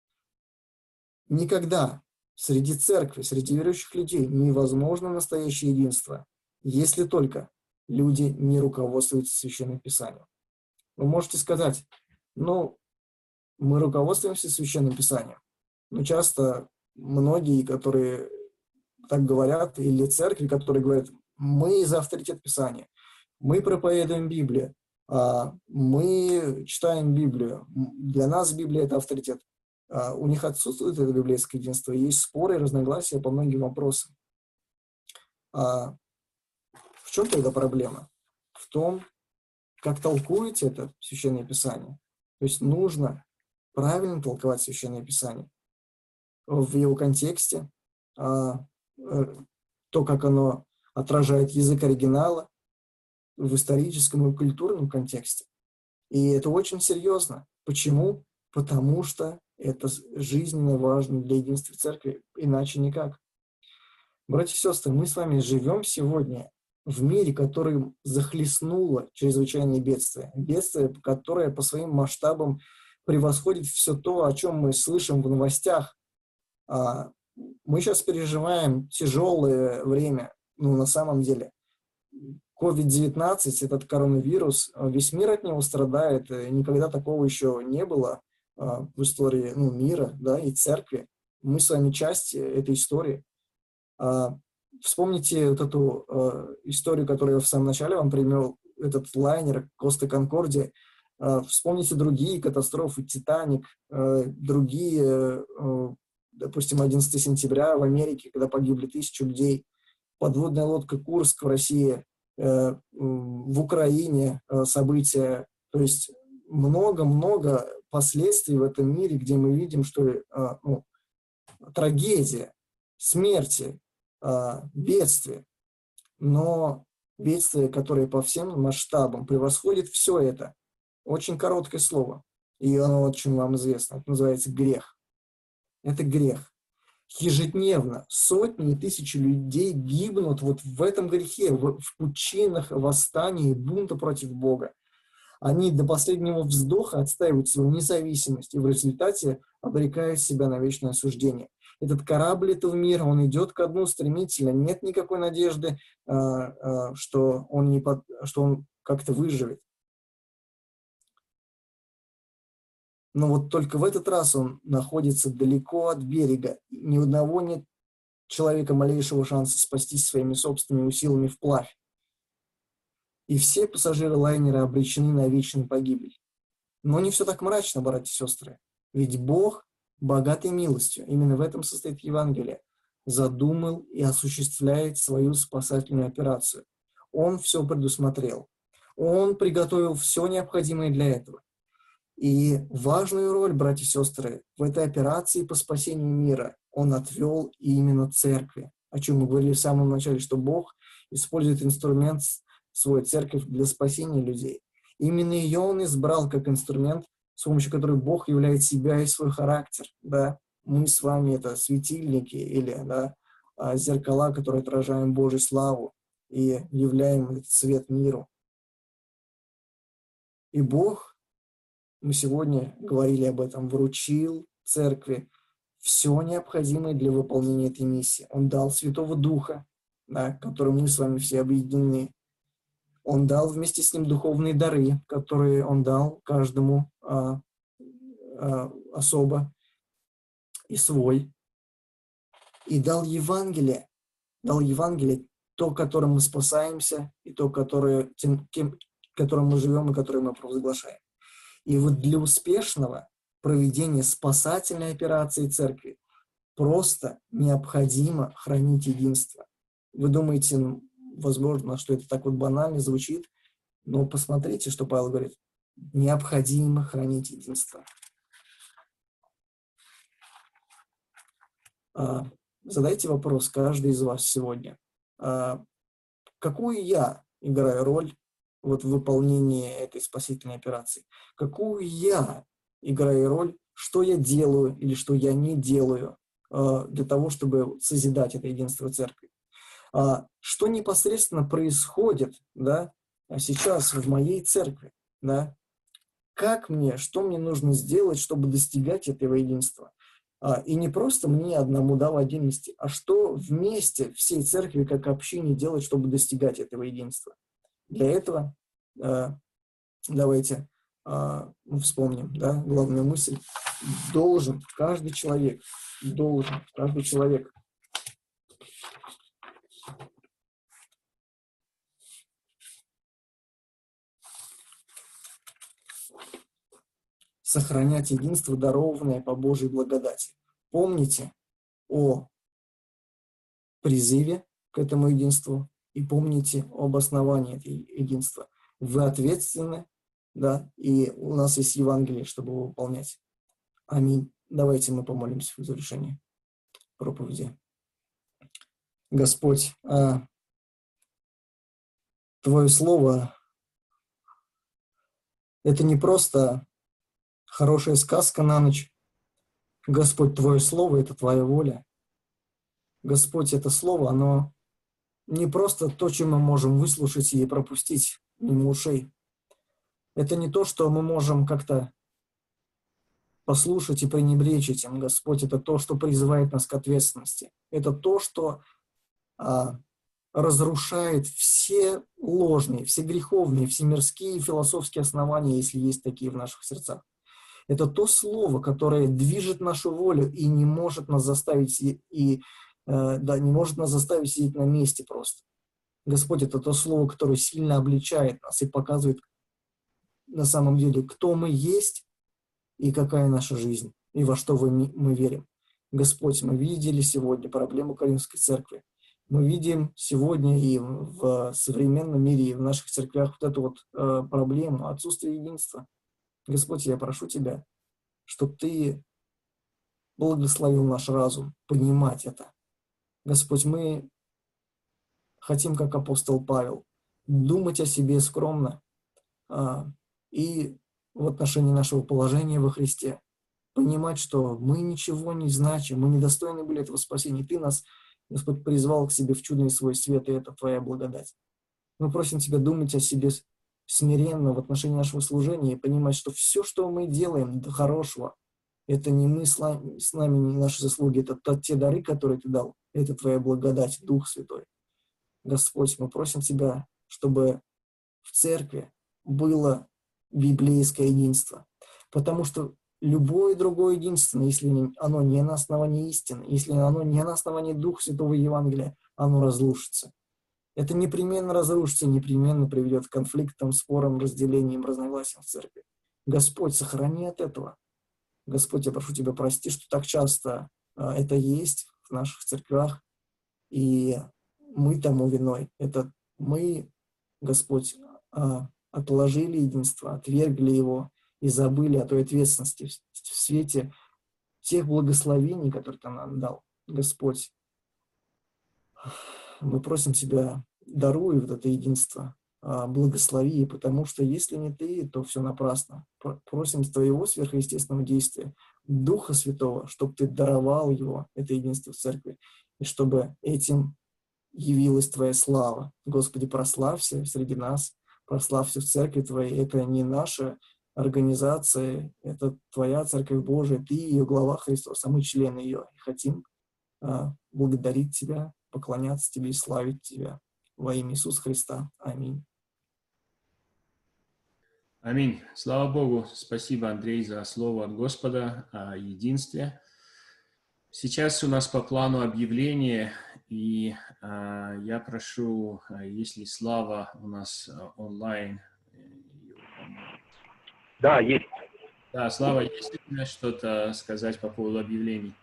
A: никогда среди церкви, среди верующих людей невозможно настоящее единство, если только люди не руководствуются Священным Писанием. Вы можете сказать, ну, мы руководствуемся Священным Писанием, но часто многие, которые так говорят, или церкви, которые говорят, мы за авторитет Писания, мы проповедуем Библию, мы читаем Библию, для нас Библия – это авторитет. У них отсутствует это библейское единство, есть споры и разногласия по многим вопросам. В чем тогда проблема? В том, как толкуете это Священное Писание. То есть нужно правильно толковать Священное Писание в его контексте, то, как оно отражает язык оригинала в историческом и культурном контексте. И это очень серьезно. Почему? Потому что это жизненно важно для единства церкви, иначе никак. Братья и сестры, мы с вами живем сегодня в мире, который захлестнуло чрезвычайное бедствие. Бедствие, которое по своим масштабам превосходит все то, о чем мы слышим в новостях. Мы сейчас переживаем тяжелое время, ну, на самом деле. ковид девятнадцать, этот коронавирус, весь мир от него страдает, никогда такого еще не было в истории, ну, мира, да, и церкви. Мы с вами часть этой истории. Вспомните вот эту историю, которую я в самом начале вам привел, этот лайнер Коста Конкордия. Вспомните другие катастрофы, Титаник, другие допустим, одиннадцатого сентября в Америке, когда погибли тысячи людей, подводная лодка «Курск» в России, э, в Украине э, события, то есть много-много последствий в этом мире, где мы видим, что э, ну, трагедия, смерти, э, бедствия, но бедствие, которое по всем масштабам превосходит все это. Очень короткое слово, и оно очень вам известно, это называется грех. Это грех. Ежедневно сотни и тысячи людей гибнут вот в этом грехе, в, в пучинах восстания и бунта против Бога. Они до последнего вздоха отстаивают свою независимость и в результате обрекают себя на вечное осуждение. Этот корабль этого мира, он идет ко дну стремительно, нет никакой надежды, а, а, что он, не под, что он как-то выживет. Но вот только в этот раз он находится далеко от берега. Ни у одного нет человека малейшего шанса спастись своими собственными усилиями вплавь. И все пассажиры лайнера обречены на вечную погибель. Но не все так мрачно, братья и сестры. Ведь Бог, богатой милостью, именно в этом состоит Евангелие, задумал и осуществляет свою спасательную операцию. Он все предусмотрел. Он приготовил все необходимое для этого. И важную роль, братья и сестры, в этой операции по спасению мира он отвел именно церкви, о чем мы говорили в самом начале, что Бог использует инструмент свой, церковь, для спасения людей. Именно ее он избрал как инструмент, с помощью которого Бог являет себя и свой характер. Да? Мы с вами это светильники или да, зеркала, которые отражаем Божью славу и являем этот свет миру. И Бог, мы сегодня говорили об этом, вручил церкви все необходимое для выполнения этой миссии. Он дал Святого Духа, да, которым мы с вами все объединены. Он дал вместе с ним духовные дары, которые он дал каждому а, а, особо и свой. И дал Евангелие, дал Евангелие, то, которым мы спасаемся, и то, которое, тем, кем, которым мы живем и которое мы провозглашаем. И вот для успешного проведения спасательной операции церкви просто необходимо хранить единство. Вы думаете, возможно, что это так вот банально звучит, но посмотрите, что Павел говорит. Необходимо хранить единство. А, задайте вопрос каждый из вас сегодня. А, какую я играю роль вот в выполнении этой спасительной операции? Какую я играю роль, что я делаю или что я не делаю э, для того, чтобы созидать это единство церкви? А, что непосредственно происходит, да, сейчас в моей церкви? Да? Как мне, что мне нужно сделать, чтобы достигать этого единства? А, и не просто мне одному, да, в отдельности, а что вместе всей церкви как общине делать, чтобы достигать этого единства? Для этого э, давайте э, вспомним, да, главную мысль. Должен, каждый человек, должен, каждый человек сохранять единство, дарованное по Божьей благодати. Помните о призыве к этому единству и помните об основании этого единства. Вы ответственны, да, и у нас есть Евангелие, чтобы его выполнять. Аминь. Давайте мы помолимся в завершении проповеди. Господь, а, Твое Слово – это не просто хорошая сказка на ночь. Господь, Твое Слово – это Твоя воля. Господь, это Слово, оно не просто то, чем мы можем выслушать и пропустить мимо ушей. Это не то, что мы можем как-то послушать и пренебречь этим. Господь, это то, что призывает нас к ответственности. Это то, что а, разрушает все ложные, все греховные, все мирские философские основания, если есть такие в наших сердцах. Это то слово, которое движет нашу волю и не может нас заставить, и, и, э, да, не может нас заставить сидеть на месте просто. Господь, это то слово, которое сильно обличает нас и показывает на самом деле, кто мы есть и какая наша жизнь, и во что мы верим. Господь, мы видели сегодня проблему Коринфской церкви. Мы видим сегодня и в современном мире, и в наших церквях вот эту вот э, проблему отсутствия единства. Господь, я прошу Тебя, чтобы Ты благословил наш разум понимать это. Господь, мы хотим, как апостол Павел, думать о себе скромно а, и в отношении нашего положения во Христе понимать, что мы ничего не значим, мы недостойны были этого спасения. Ты нас, Господь, призвал к себе в чудный свой свет, и это Твоя благодать. Мы просим Тебя думать о себе смиренно в отношении нашего служения и понимать, что все, что мы делаем до хорошего, это не мы с нами, с нами, не наши заслуги, это те дары, которые Ты дал, это Твоя благодать, Дух Святой. Господь, мы просим Тебя, чтобы в церкви было библейское единство, потому что любое другое единство, если оно не на основании истины, если оно не на основании Духа Святого Евангелия, оно разрушится. Это непременно разрушится, непременно приведет к конфликтам, спорам, разделениям, разногласиям в церкви. Господь, сохрани от этого. Господь, я прошу Тебя, прости, что так часто а, это есть в наших церквях, и мы тому виной. Это мы, Господь, а, отложили единство, отвергли его и забыли о той ответственности в свете тех благословений, которые Ты нам дал. Господь, мы просим Тебя, даруй вот это единство, благослови, потому что если не Ты, то все напрасно. Просим Твоего сверхъестественного действия, Духа Святого, чтобы Ты даровал его, это единство в церкви, и чтобы этим явилась Твоя слава. Господи, прославься среди нас, прославься в церкви Твоей. Это не наша организация, это Твоя Церковь Божия, Ты ее глава Христос, а мы члены ее. И хотим а, благодарить Тебя, поклоняться Тебе и славить Тебя. Во имя Иисуса Христа. Аминь.
B: Аминь. Слава Богу. Спасибо, Андрей, за слово от Господа о единстве. Сейчас у нас по плану объявление, и а, я прошу, если Слава у нас онлайн.
C: Да, есть.
B: Да, Слава, есть ли у тебя что-то сказать по поводу объявлений?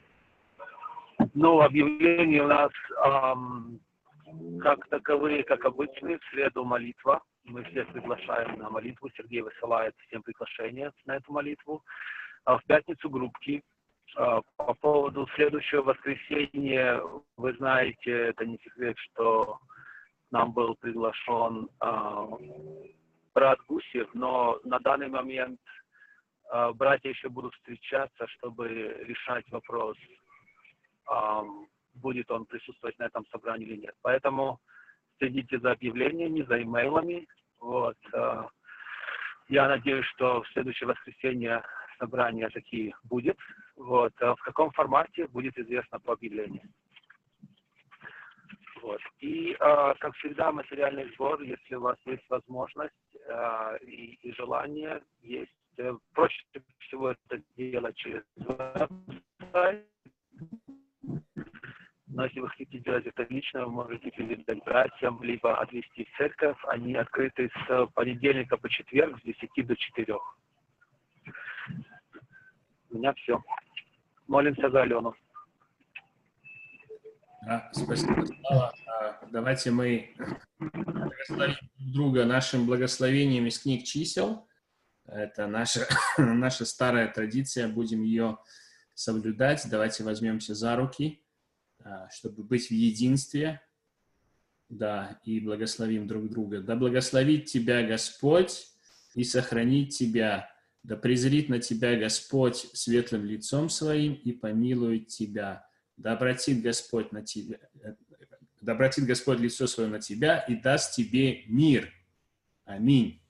C: Ну, объявления у нас эм, как таковые, как обычные, в среду молитва. Мы всех приглашаем на молитву. Сергей высылает всем приглашения на эту молитву. А в пятницу группки. А, по поводу следующего воскресенья, вы знаете, это не секрет, что нам был приглашен а, брат Гусев, но на данный момент а, братья еще будут встречаться, чтобы решать вопрос, а, будет он присутствовать на этом собрании или нет. Поэтому следите за объявлениями, за имейлами. Вот. А, я надеюсь, что в следующее воскресенье собрание такие будет. Вот. А в каком формате будет известно по объявлению. Вот. И, а, как всегда, материальный сбор, если у вас есть возможность а, и, и желание, есть. Проще всего это делать через веб-сайт. Но если вы хотите делать это лично, вы можете передать братьям, либо отвезти в церковь. Они открыты с понедельника по четверг с десяти до четырёх. У меня все. Молимся за Алену.
B: Да, спасибо, Слава. Давайте мы благословим друг друга нашим благословением из книг чисел. Это наша, наша старая традиция, будем ее соблюдать. Давайте возьмемся за руки, чтобы быть в единстве. Да, и благословим друг друга. Да благословит тебя Господь и сохранит тебя. Да презрит на тебя Господь светлым лицом своим и помилует тебя. Да обратит Господь на тебя, да обратит Господь лицо свое на тебя и даст тебе мир. Аминь.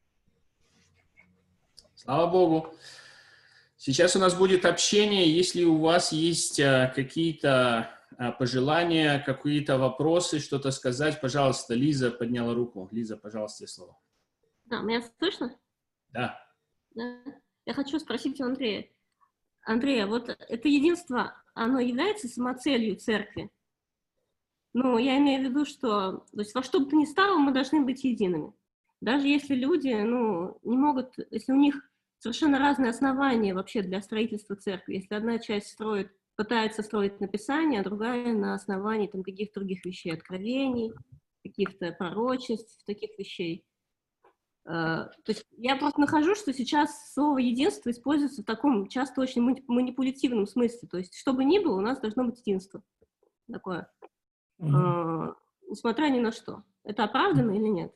B: Слава Богу. Сейчас у нас будет общение. Если у вас есть а, какие-то а, пожелания, какие-то вопросы, что-то сказать, пожалуйста. Лиза подняла руку. Лиза, пожалуйста, тебе слово.
D: Да, меня слышно?
B: Да.
D: Да. Я хочу спросить у Андрея. Андрея, вот это единство, оно является самоцелью церкви? Ну, я имею в виду, что то есть во что бы то ни стало, мы должны быть едиными. Даже если люди, ну, не могут, если у них совершенно разные основания вообще для строительства церкви. Если одна часть строит пытается строить написание, а другая на основании там каких-то других вещей, откровений, каких-то пророчеств, таких вещей. То есть я просто нахожу, что сейчас слово «единство» используется в таком часто очень манипулятивном смысле. То есть, что бы ни было, у нас должно быть единство. Такое. Mm-hmm. Несмотря ни на что. Это оправдано или нет?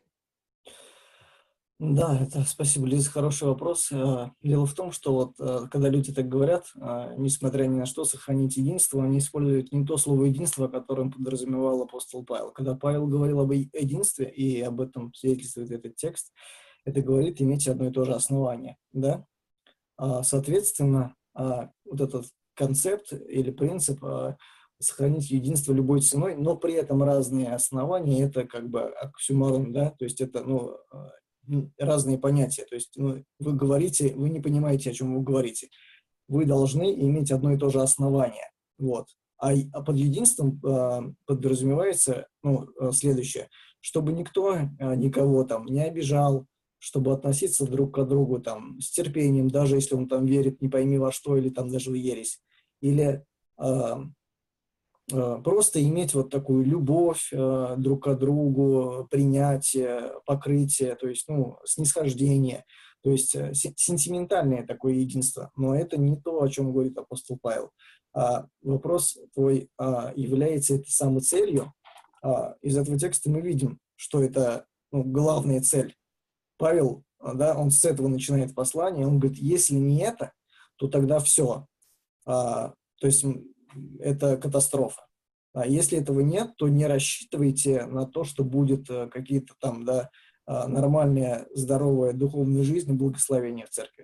A: Да, это спасибо, Лиза, хороший вопрос. Дело в том, что вот когда люди так говорят, несмотря ни на что, сохранить единство, они используют не то слово «единство», которое подразумевал апостол Павел. Когда Павел говорил об единстве, и об этом свидетельствует этот текст, это говорит иметь одно и то же основание, да? Соответственно, вот этот концепт или принцип сохранить единство любой ценой, но при этом разные основания, это как бы оксюморон, да, то есть это, ну, разные понятия. То есть ну, вы говорите, вы не понимаете, о чем вы говорите. Вы должны иметь одно и то же основание. Вот. А, а под единством э, подразумевается ну, следующее. Чтобы никто э, никого там не обижал, чтобы относиться друг к другу там, с терпением, даже если он там верит не пойми во что, или там даже в ересь. Или э, просто иметь вот такую любовь э, друг к другу, принятие, покрытие, то есть, ну, снисхождение, то есть э, сентиментальное такое единство. Но это не то, о чем говорит апостол Павел. А вопрос твой, а, является это самой целью? А, из этого текста мы видим, что это ну, главная цель. Павел, да, он с этого начинает послание, он говорит, если не это, то тогда все. А, то есть это катастрофа. А если этого нет, то не рассчитывайте на то, что будет какие-то там, да, нормальная, здоровая духовная жизнь и благословение в церкви.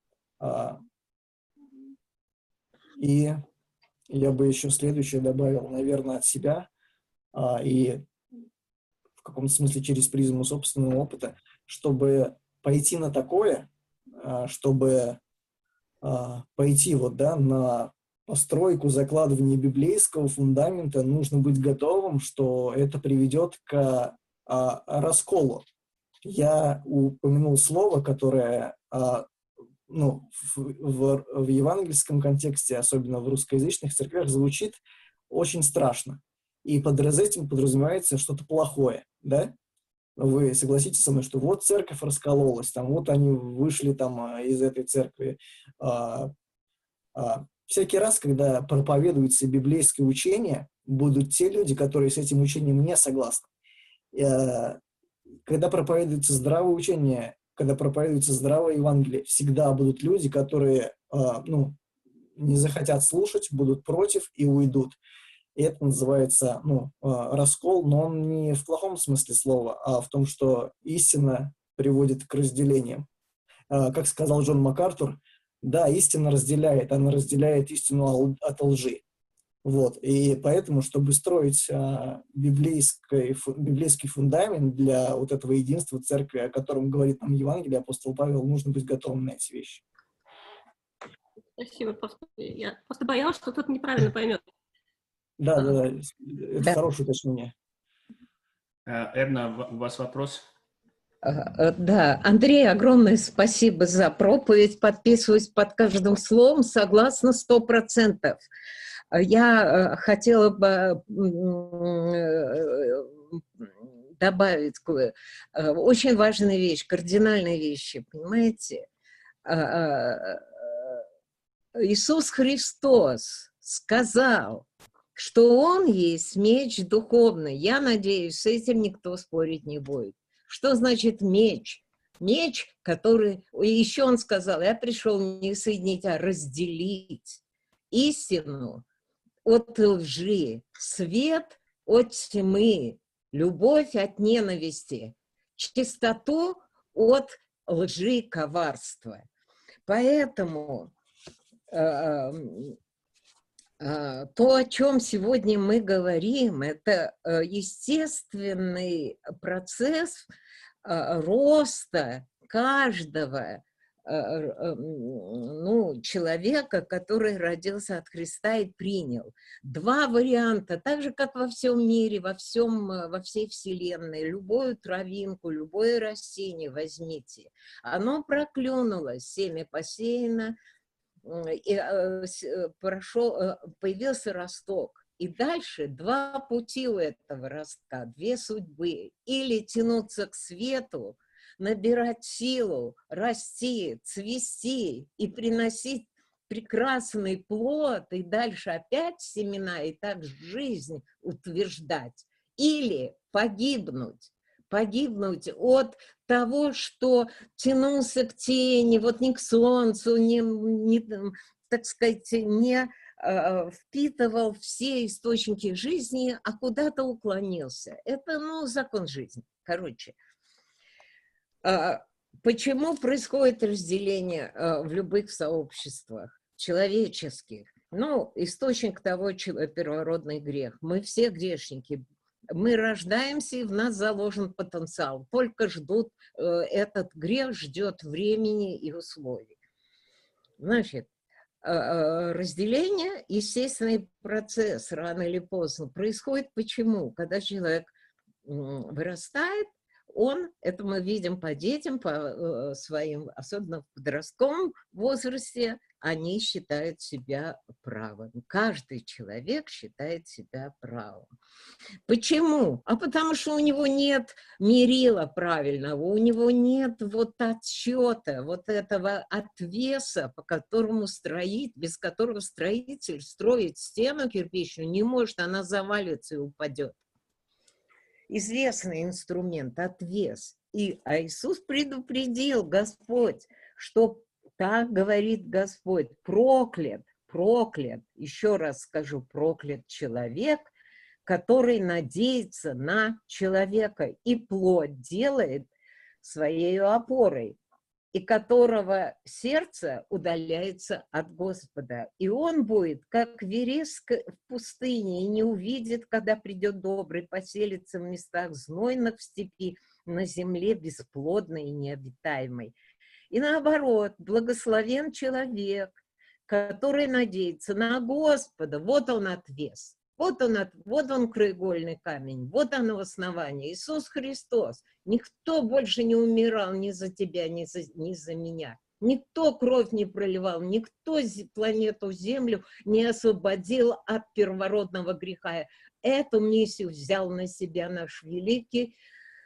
A: И я бы еще следующее добавил, наверное, от себя и в каком-то смысле через призму собственного опыта, чтобы пойти на такое, чтобы пойти вот, да, на постройку, закладывание библейского фундамента, нужно быть готовым, что это приведет к а, расколу. Я упомянул слово, которое а, ну, в, в, в евангельском контексте, особенно в русскоязычных церквях, звучит очень страшно. И под этим подразумевается что-то плохое, да? Вы согласитесь со мной, что вот церковь раскололась, там, вот они вышли там из этой церкви. А, а, всякий раз, когда проповедуется библейское учение, будут те люди, которые с этим учением не согласны. А, когда проповедуется здравое учение, когда проповедуется здравое Евангелие, всегда будут люди, которые а, ну, не захотят слушать, будут против и уйдут. И это называется ну, раскол, но он не в плохом смысле слова, а в том, что истина приводит к разделениям. Как сказал Джон МакАртур, да, истина разделяет, она разделяет истину от лжи. Вот. И поэтому, чтобы строить библейский, библейский фундамент для вот этого единства церкви, о котором говорит нам Евангелие, апостол Павел, нужно быть готовым на эти вещи.
D: Спасибо. Просто, я просто боялась, что кто-то неправильно поймет.
A: Да, да, да, это да. Хорошее уточнение.
B: Эрна, у вас вопрос?
E: Да, Андрей, огромное спасибо за проповедь, подписываюсь под каждым словом, согласна сто процентов. Я хотела бы добавить очень важную вещь, кардинальные вещи, понимаете? Иисус Христос сказал, что Он есть меч духовный. Я надеюсь, с этим никто спорить не будет. Что значит меч? Меч, который... И еще Он сказал, я пришел не соединить, а разделить истину от лжи, свет от тьмы, любовь от ненависти, чистоту от лжи, коварства. Поэтому... То, о чем сегодня мы говорим, это естественный процесс роста каждого ну, человека, который родился от Христа и принял. Два варианта, так же, как во всем мире, во, всем, во всей Вселенной. Любую травинку, любое растение возьмите. Оно проклюнулось, семя посеяно, и, э, прошел, э, появился росток. И дальше два пути у этого ростка, две судьбы. Или тянуться к свету, набирать силу, расти, цвести и приносить прекрасный плод, и дальше опять семена, и так жизнь утверждать. Или погибнуть, погибнуть от того, что тянулся к тени, вот не к солнцу, не, не так сказать, не э, впитывал все источники жизни, а куда-то уклонился. Это, ну, закон жизни. Короче, э, почему происходит разделение э, в любых сообществах человеческих? Ну, источник того первородный грех. Мы все грешники. Мы рождаемся, и в нас заложен потенциал. Только ждут, э, этот грех ждет времени и условий. Значит, э, разделение, естественный процесс, рано или поздно, происходит почему? Когда человек э, вырастает, он, это мы видим по детям, по э, своим, особенно в подростковом возрасте, они считают себя правым. Каждый человек считает себя правым. Почему? А потому что у него нет мерила правильного, у него нет вот отсчета, вот этого отвеса, по которому строить, без которого строитель строит стену кирпичную не может, она завалится и упадет. Известный инструмент, отвес. И а Иисус предупредил, Господь, что так говорит Господь, проклят, проклят, еще раз скажу, проклят человек, который надеется на человека и плоть делает своей опорой, и которого сердце удаляется от Господа. И он будет, как вереск в пустыне, и не увидит, когда придет добрый, поселится в местах знойных в степи, на земле бесплодной и необитаемой. И наоборот, благословен человек, который надеется на Господа. Вот он отвес. Вот он, вот он краеугольный камень, вот оно основание, Иисус Христос. Никто больше не умирал ни за тебя, ни за, ни за меня. Никто кровь не проливал, никто планету Землю не освободил от первородного греха. Эту миссию взял на себя наш великий,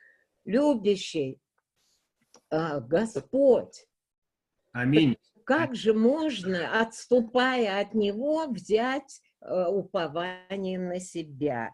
E: любящий а, Господь.
B: Аминь.
E: Как же можно, отступая от Него, взять упование на себя?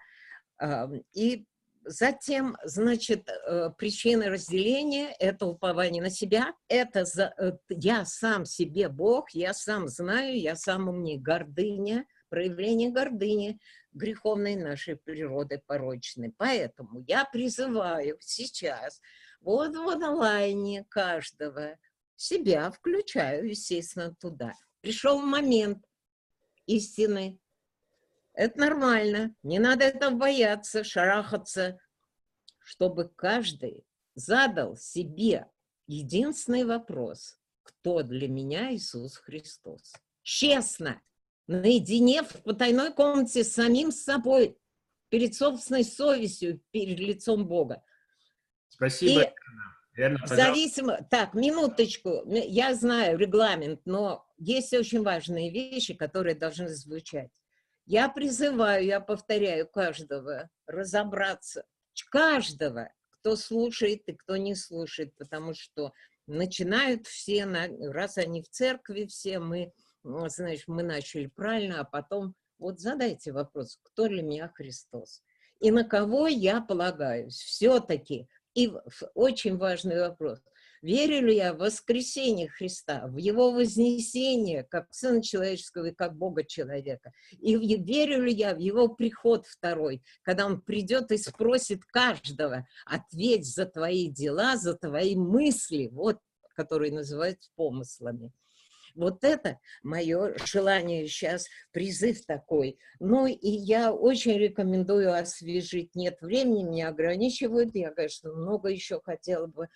E: И затем, значит, причина разделения – это упование на себя, это за, я сам себе Бог, я сам знаю, я сам умнее, гордыня, проявление гордыни греховной нашей природы порочной. Поэтому я призываю сейчас вот в онлайне каждого, себя включаю, естественно, туда. Пришел момент истины. Это нормально. Не надо этого бояться, шарахаться, чтобы каждый задал себе единственный вопрос. Кто для меня Иисус Христос? Честно, наедине в потайной комнате с самим собой, перед собственной совестью, перед лицом Бога.
B: Спасибо.
E: И
B: Верно,
E: зависимо, так, минуточку, я знаю регламент, но есть очень важные вещи, которые должны звучать. Я призываю, я повторяю каждого разобраться, каждого, кто слушает и кто не слушает, потому что начинают все, раз они в церкви все, мы, значит, мы начали правильно, а потом вот задайте вопрос, кто для меня Христос и на кого я полагаюсь все-таки. И очень важный вопрос. Верю ли я в воскресение Христа, в Его вознесение, как Сына Человеческого и как Бога Человека? И верю ли я в Его приход второй, когда Он придет и спросит каждого, ответь за твои дела, за твои мысли, вот, которые называют помыслами. Вот это мое желание сейчас, призыв такой. Ну и я очень рекомендую освежить. Нет времени, меня ограничивают. Я, конечно, много еще хотела бы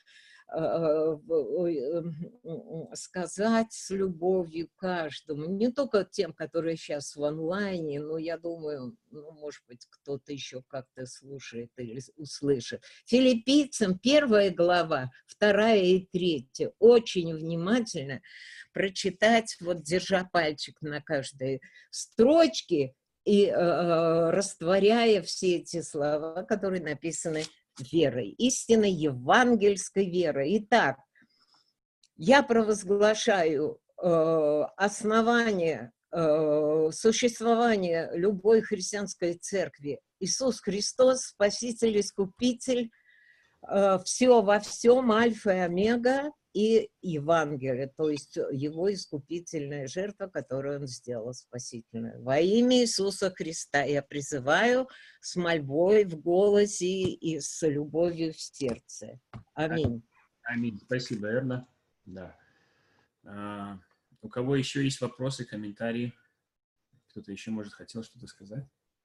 E: сказать с любовью каждому, не только тем, которые сейчас в онлайне, но я думаю, ну, может быть, кто-то еще как-то слушает или услышит. Филиппийцам первая глава, вторая и третья. Очень внимательно прочитать, вот держа пальчик на каждой строчке и э, растворяя все эти слова, которые написаны верой, истинной евангельской верой. Итак, я провозглашаю э, основание э, существования любой христианской церкви. Иисус Христос, Спаситель, Искупитель, э, все во всем, альфа и омега, и Евангелие, то есть его искупительная жертва, которую он сделал, спасительную. Во имя Иисуса Христа я призываю с мольбой в голосе и с любовью в сердце. Аминь.
B: Аминь. Спасибо, Эрна. Да. А, у кого еще есть вопросы, комментарии? Кто-то еще, может, хотел что-то сказать?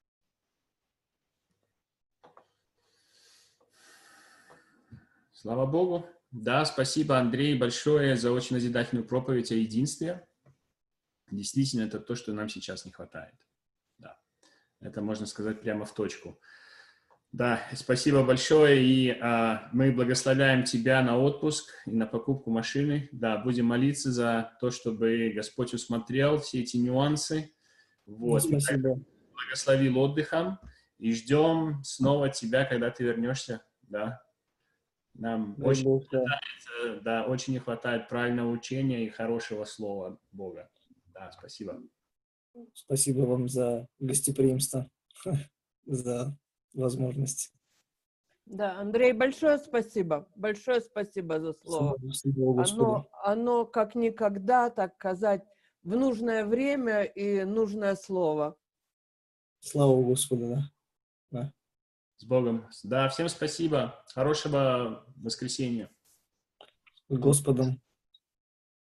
B: Слава Богу. Да, спасибо, Андрей, большое за очень назидательную проповедь о единстве. Действительно, это то, что нам сейчас не хватает. Да. Это можно сказать прямо в точку. Да, спасибо большое, и а, мы благословляем тебя на отпуск и на покупку машины. Да, будем молиться за то, чтобы Господь усмотрел все эти нюансы. Вот.
A: Спасибо.
B: Благословил отдыхом, и ждем снова тебя, когда ты вернешься. Да. Нам
A: Дай
B: очень,
A: Бог, да.
B: хватает, да, очень не хватает правильного учения и хорошего слова Бога. Да, спасибо.
A: Спасибо вам за гостеприимство, за возможность.
F: Да, Андрей, большое спасибо. Большое спасибо за слово.
A: Спасибо Господу.
F: Оно, оно как никогда, так сказать, в нужное время и нужное слово.
A: Слава Господу, да. Да.
B: С Богом. Да, всем спасибо. Хорошего воскресенья.
A: С Господом.